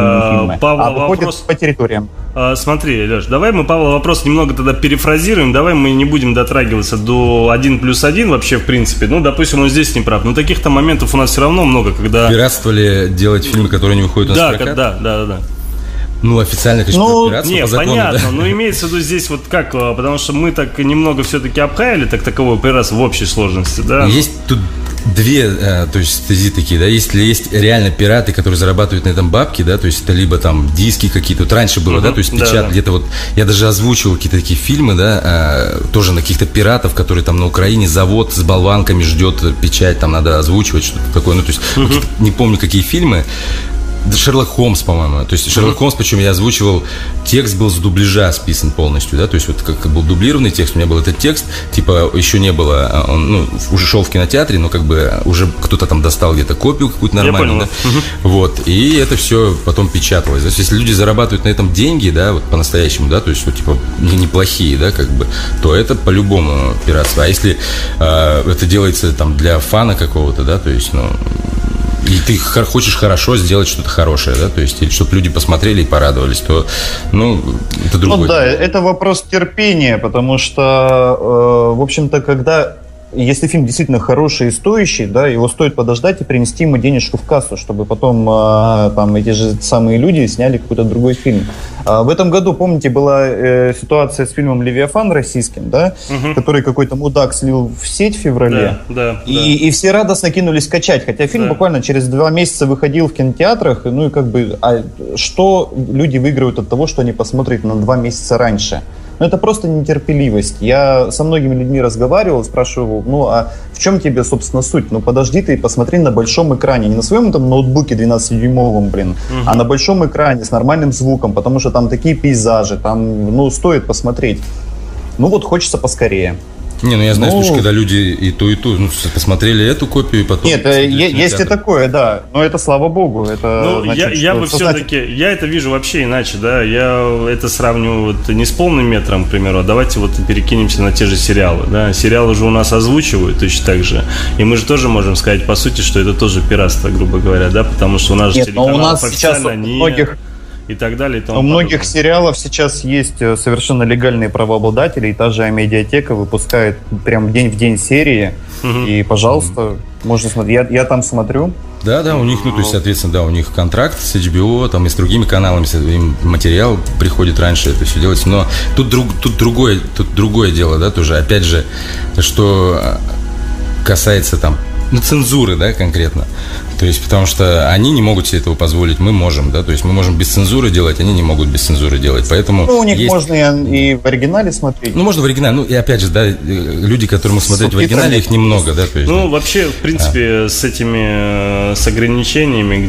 Павла вопрос по территориям. Смотри, Леш, давай мы Павла вопрос немного тогда перефразируем. Давай мы не будем дотрагиваться до 1+1 вообще, в принципе. Ну, допустим, он здесь не прав. Но таких-то моментов у нас все равно много, когда... Пиратствовали делать фильмы, которые не выходят на прокат? Да. Ну, официально, конечно, пиратство по закону, понятно, да? но имеется в виду здесь вот как, потому что мы так немного все-таки обхаяли таковое пиратство в общей сложности, да? Есть тут две, то есть стези такие, да, если есть реально пираты, которые зарабатывают на этом бабки, да, то есть это либо там диски какие-то, вот раньше было, да, то есть печат где-то вот, я даже озвучивал какие-то такие фильмы, да, тоже на каких-то пиратов, которые там на Украине завод с болванками ждет печать, там надо озвучивать что-то такое, ну, то есть, не помню, какие фильмы. Шерлок Холмс, по-моему. То есть Шерлок Холмс, причем я озвучивал, текст был с дубляжа списан полностью, да, то есть вот как был дублированный текст, у меня был этот текст, типа еще не было, он, уже шел в кинотеатре, но как бы уже кто-то там достал где-то копию какую-то нормальную, да, вот, и это все потом печаталось. То есть если люди зарабатывают на этом деньги, да, вот по-настоящему, да, то есть вот типа неплохие, да, как бы, то это по-любому пиратство. А если это делается там для фана какого-то, да, то есть, ну, и ты хочешь хорошо сделать что-то хорошее, да, то есть, или чтобы люди посмотрели и порадовались, то, ну, это другое. Ну да, это вопрос терпения, потому что, в общем-то, если фильм действительно хороший и стоящий, да, его стоит подождать и принести ему денежку в кассу, чтобы потом там эти же самые люди сняли какой-то другой фильм. В этом году, помните, была ситуация с фильмом «Левиафан» российским, да, который какой-то мудак слил в сеть в феврале, и все радостно кинулись качать, хотя фильм буквально через 2 месяца выходил в кинотеатрах, ну и как бы, что люди выигрывают от того, что они посмотрят на 2 месяца раньше? Ну, это просто нетерпеливость. Я со многими людьми разговаривал, спрашивал, ну, а в чем тебе, собственно, суть? Ну, подожди ты и посмотри на большом экране. Не на своем там ноутбуке 12-дюймовом, а на большом экране с нормальным звуком, потому что там такие пейзажи, там, ну, стоит посмотреть. Ну, вот хочется поскорее. Не, ну я знаю, слушай, когда люди и ту, ну, посмотрели эту копию, и потом... Нет, есть и такое, да, но это слава богу. Это, ну, значит, я бы все-таки, я это вижу вообще иначе, да, я это сравниваю вот не с полным метром, к примеру, а давайте вот перекинемся на те же сериалы, да, сериалы же у нас озвучивают точно так же, и мы же тоже можем сказать, по сути, что это тоже пиратство, грубо говоря, да, потому что у нас же телеканалов официально нет. И так далее. И у многих сериалов сейчас есть совершенно легальные правообладатели, и та же Амедиатека выпускает прям день в день серии. И, пожалуйста, можно смотреть. Я там смотрю. Да, у них, ну, то есть, соответственно, да, у них контракт с HBO, там и с другими каналами, им материал приходит раньше, это все делается. Но тут другое дело, да, тоже, опять же, что касается там, ну, цензуры, да, конкретно. То есть, потому что они не могут себе этого позволить, мы можем, да, то есть мы можем без цензуры делать, они не могут без цензуры делать, поэтому... Ну, у них можно и в оригинале смотреть. Ну, можно в оригинале, ну, и опять же, да, люди, которые могут смотреть в оригинале, их немного, да, то есть... Ну, вообще, в принципе, с этими, с ограничениями,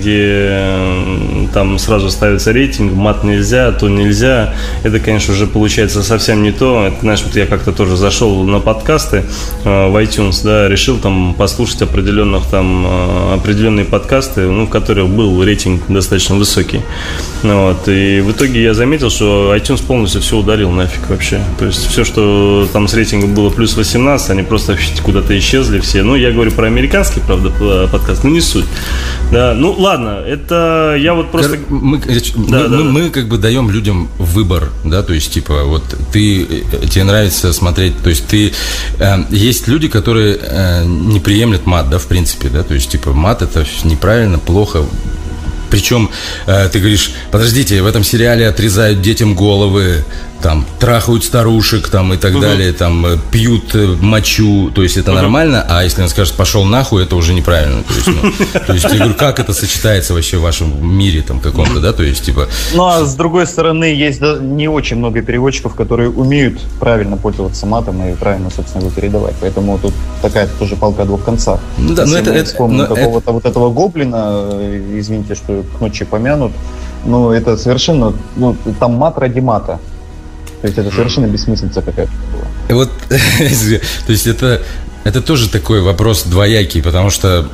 где там сразу ставится рейтинг, мат нельзя, то нельзя, это, конечно, уже получается совсем не то. Это, знаешь, вот я как-то тоже зашел на подкасты в iTunes, да, решил там послушать определенные определенные подкасты, в которых был рейтинг достаточно высокий. Вот. И в итоге я заметил, что iTunes полностью все удалил нафиг вообще. То есть все, что там с рейтингом было плюс 18, они просто куда-то исчезли все. Я говорю про американский, правда, подкаст, но не суть. Да, ладно, это я вот просто... Мы как бы даем людям выбор, да, то есть, типа, вот тебе нравится смотреть, то есть есть люди, которые не приемлят мат, да, в принципе, да, то есть, типа, мат это неправильно, плохо. Причем ты говоришь, подождите, в этом сериале отрезают детям головы, там, трахают старушек, там, и так далее, там, пьют мочу, то есть это нормально, а если он скажет, пошел нахуй, это уже неправильно, то есть я говорю, как это сочетается вообще в вашем мире, там, каком-то, да, то есть, типа... А с другой стороны, есть не очень много переводчиков, которые умеют правильно пользоваться матом и правильно, собственно, его передавать, поэтому тут такая тоже палка о двух концах. Да, но это... Вспомним какого-то вот этого гоблина, извините, что к ночи помянут, но это совершенно, там мат ради мата. То есть это совершенно бессмыслица какая-то была. Вот, то есть это тоже такой вопрос двоякий, потому что,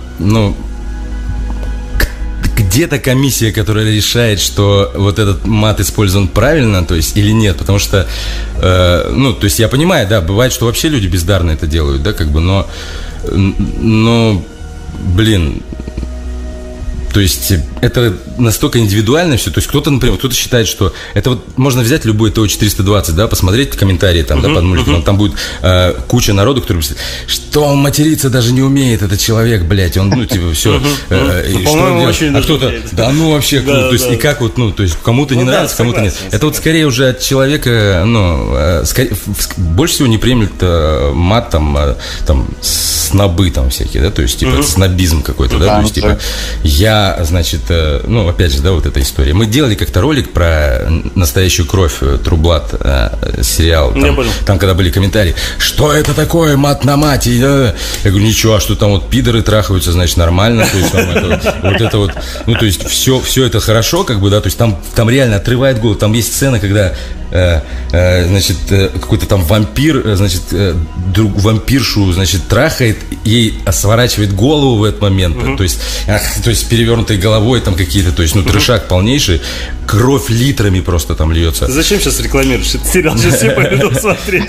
где-то комиссия, которая решает, что вот этот мат использован правильно, то есть, или нет, потому что, то есть я понимаю, да, бывает, что вообще люди бездарно это делают, да, как бы, но блин, то есть это настолько индивидуально все. То есть кто-то, например, кто-то считает, что это вот можно взять любой ТО-420, да, посмотреть комментарии там, да, под мультиком, там будет куча народу, который пишет, что он материться даже не умеет, этот человек, блядь, он, все. А кто-то, вообще круто. То есть и как вот, то есть кому-то не нравится, кому-то нет. Это вот скорее уже от человека, больше всего не приемлет мат, там, снобы там всякие, да, то есть типа снобизм какой-то, да, то есть типа значит, опять же, да, вот эта история. Мы делали как-то ролик про «Настоящую кровь», True Blood, сериал. Там, когда были комментарии, что это такое, мат на мате? Я говорю, ничего, а что там вот пидоры трахаются, значит, нормально. То есть, то есть, все это хорошо, как бы, да, то есть, там реально отрывает голову. Там есть сцена, когда значит, какой-то там вампир, значит, вампиршу, значит, трахает, ей сворачивает голову в этот момент, то есть перевернутой головой там какие-то, то есть, трешак полнейший, кровь литрами просто там льется. Ты зачем сейчас рекламируешь этот сериал? Сейчас все пойдут смотреть.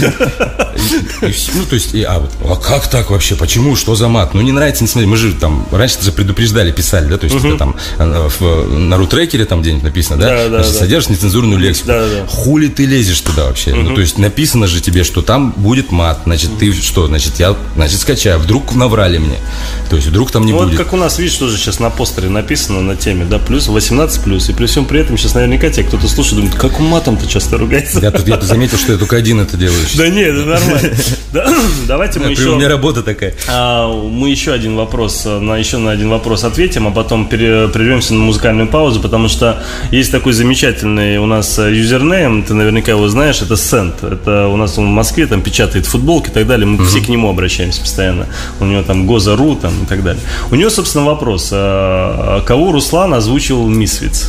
То есть, а как так вообще? Почему? Что за мат? Не нравится, не смотри. Мы же там, раньше же предупреждали, писали, да, то есть, это там на рутрекере там где-нибудь написано, да, содержишь нецензурную лексику. Хули ты лезешь туда вообще? То есть написано же тебе, что там будет мат. Значит, ты что? Значит, я скачаю. Вдруг наврали мне. То есть вдруг там не будет. Вот как у нас, видишь, тоже сейчас на постере написано на теме, да, плюс 18+. И при всем при этом сейчас наверняка тебя кто-то слушает, думает, как матом-то часто ругается. Я тут заметил, что я только один это делаю. Да нет, это нормально. Давайте мы еще... У меня работа такая. Мы еще на один вопрос ответим, а потом прервемся на музыкальную паузу, потому что есть такой замечательный у нас юзернейм, ты наверняка его знаешь, это Сент. Это у нас он в Москве там печатает футболки и так далее. Мы все к нему обращаемся постоянно. У него там Гоза.ру там и так далее. У него, собственно, вопрос. Кого Руслан озвучивал Мисфитс?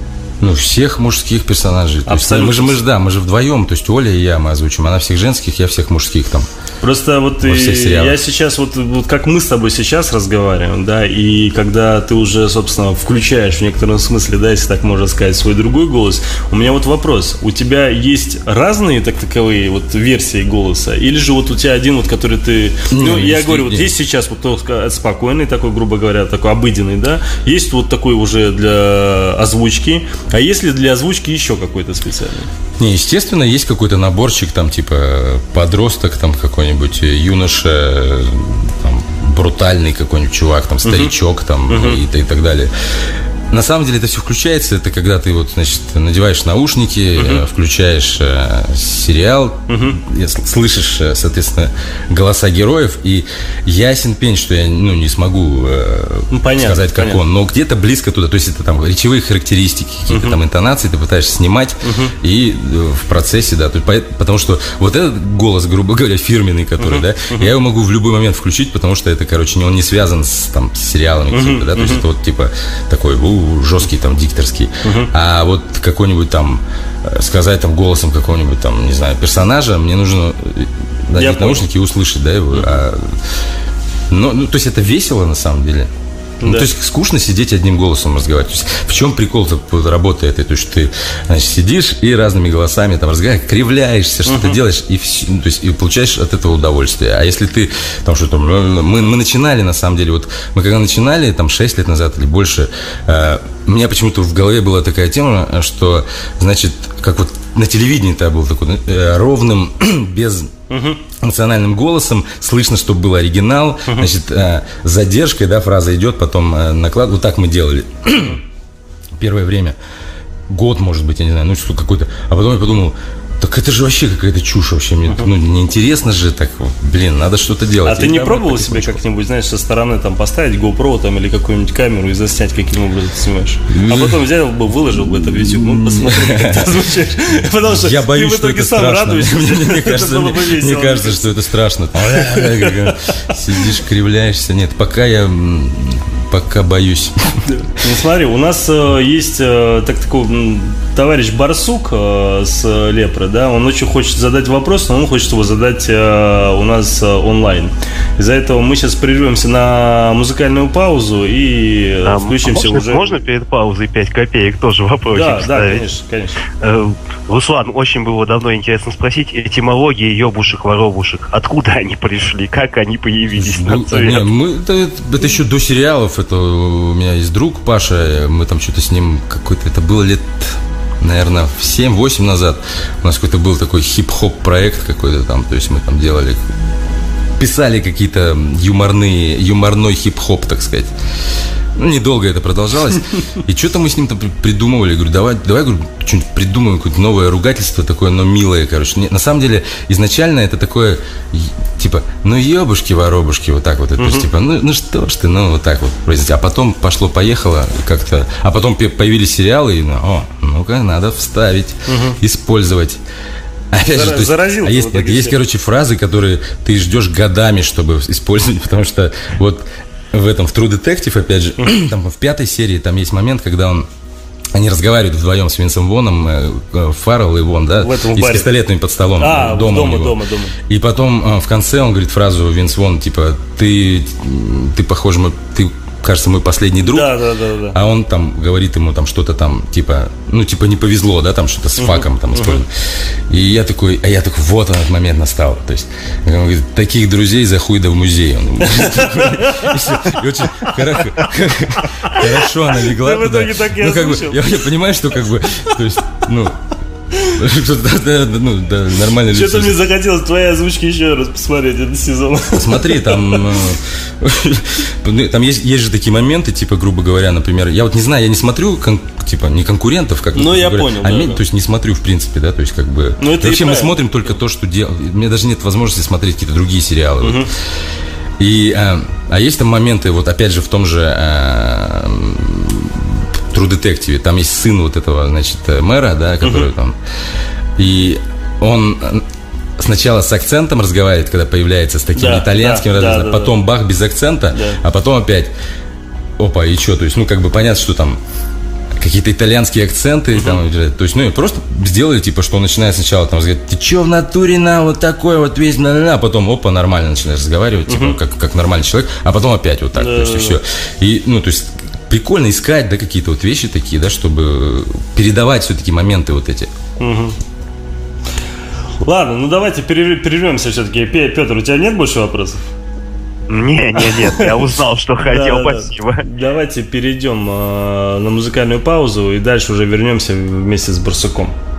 Всех мужских персонажей. Абсолютно. То есть, мы же вдвоем, то есть Оля и я мы озвучим. Она всех женских, я всех мужских там. Просто вот я сейчас, вот как мы с тобой сейчас разговариваем, да, и когда ты уже, собственно, включаешь в некотором смысле, да, если так можно сказать, свой другой голос, у меня вот вопрос. У тебя есть разные таковые вот версии голоса? Или же вот у тебя один, вот который ты... я говорю, вот есть сейчас вот спокойный такой, грубо говоря, такой обыденный, да, есть вот такой уже для озвучки. А есть ли для озвучки еще какой-то специальный? Естественно, есть какой-то наборчик, там, типа, подросток, там, какой-нибудь юноша, там, брутальный какой-нибудь чувак, там, старичок, там, и так далее. На самом деле это все включается, это когда ты вот, значит, надеваешь наушники, включаешь сериал, слышишь, соответственно, голоса героев, и ясен пень, что я не смогу сказать, как он, но где-то близко туда, то есть это там речевые характеристики, какие-то там интонации ты пытаешься снимать, и в процессе, да, потому что вот этот голос, грубо говоря, фирменный, который, да, я его могу в любой момент включить, потому что это, короче, он не связан с сериалами какими-то, да, то есть это вот типа такой жесткий, там, дикторский. А вот какой-нибудь там сказать там голосом какого-нибудь там, не знаю, персонажа, мне нужно надеть наушники и услышать, да, его. То есть это весело на самом деле. Ну, то есть скучно сидеть одним голосом разговаривать. То есть в чем прикол работы этой? То есть ты, значит, сидишь и разными голосами там разговариваешь, кривляешься, что-то делаешь, и, то есть, и получаешь от этого удовольствие. А если ты там что-то... Мы начинали, на самом деле, вот мы когда начинали, там 6 лет назад или больше, у меня почему-то в голове была такая тема, что, значит, как вот на телевидении-то был такой ровным, без... эмоциональным голосом, слышно, чтобы был оригинал, значит, с задержкой, да, фраза идет, потом наклад, вот так мы делали первое время, год, может быть, я не знаю, ну что какой-то, а потом я подумал, так это же вообще какая-то чушь вообще, мне ну, неинтересно же, так, блин, надо что-то делать. А ты не пробовал себе как-нибудь, знаешь, со стороны там поставить GoPro там или какую-нибудь камеру и заснять, каким образом ты снимаешь? А потом взял бы, выложил бы это в YouTube, ну, посмотри, как ты озвучаешь. Потому что я боюсь, ты в итоге сам радуешься. Мне кажется, что это страшно. Сидишь, кривляешься. Нет, пока боюсь. Ну смотри, у нас есть такой товарищ Барсук с Лепры, да, он очень хочет задать вопрос, но он хочет его задать у нас онлайн. Из-за этого мы сейчас прервемся на музыкальную паузу и включимся уже. Можно перед паузой 5 копеек тоже вопросик ставить? Да, конечно. Руслан, очень было давно интересно спросить этимологии ёбушек-воробушек. Откуда они пришли? Как они появились на свет? Это еще до сериалов. Это у меня есть друг Паша. Мы там что-то с ним какой-то... Это было лет, наверное, 7-8 назад. У нас какой-то был такой хип-хоп проект какой-то там. То есть мы там писали какие-то юморной хип-хоп, так сказать. Ну, недолго это продолжалось. И что-то мы с ним придумывали. Говорю, давай, говорю, что-нибудь придумаем, какое-то новое ругательство такое, но милое, короче. На самом деле, изначально это такое, типа, ну, ебушки-воробушки, вот так вот. То есть, типа, ну что ж ты, ну, вот так вот произойти. А потом пошло-поехало как-то. А потом появились сериалы, и, ну-ка, надо вставить, использовать. Опять же, заразил. Есть, короче, фразы, которые ты ждешь годами, чтобы использовать, потому что вот в True Detective, опять же, там в 5-й серии там есть момент, когда они разговаривают вдвоем с Винсом Воном, Фаррелл и Вон, да, и с пистолетами под столом, дома. И потом в конце он говорит фразу, Винс Вон, типа, ты похож, ты, кажется, мой последний друг. Да. А он там говорит ему там что-то там, типа, не повезло, да, там что-то с факом там использовано. И я такой, вот он этот момент настал. То есть, он говорит, таких друзей за хуй да в музей. И очень хорошо она легла туда. Я понимаю, что как бы, то есть, нормально. Что-то мне захотелось твои озвучки еще раз посмотреть этот сезон. Смотри, там есть же такие моменты, типа, грубо говоря, например, я вот не знаю, я не смотрю, типа, не конкурентов, как ну, я понял, то есть не смотрю, в принципе, да, то есть как бы. Вообще мы смотрим только то, что делают. У меня даже нет возможности смотреть какие-то другие сериалы. И есть там моменты, вот опять же в том же True Detective, там есть сын вот этого, значит, мэра, да, который там, и он сначала с акцентом разговаривает, когда появляется с таким итальянским, потом бах, без акцента, а потом опять, опа, и что, то есть, как бы понятно, что там какие-то итальянские акценты, там, то есть, просто сделали, типа, что он начинает сначала там говорить, ты чё в натуре, вот такой вот весь, а потом, опа, нормально начинаешь разговаривать, типа, как нормальный человек, а потом опять вот так, то есть, и все. И, то есть, прикольно искать, да, какие-то вот вещи такие, да, чтобы передавать все-таки моменты вот эти. Ладно, давайте прервемся все-таки. Петр, у тебя нет больше вопросов? Нет, я узнал, что хотел, спасибо. Давайте перейдем на музыкальную паузу и дальше уже вернемся вместе с Барсуком.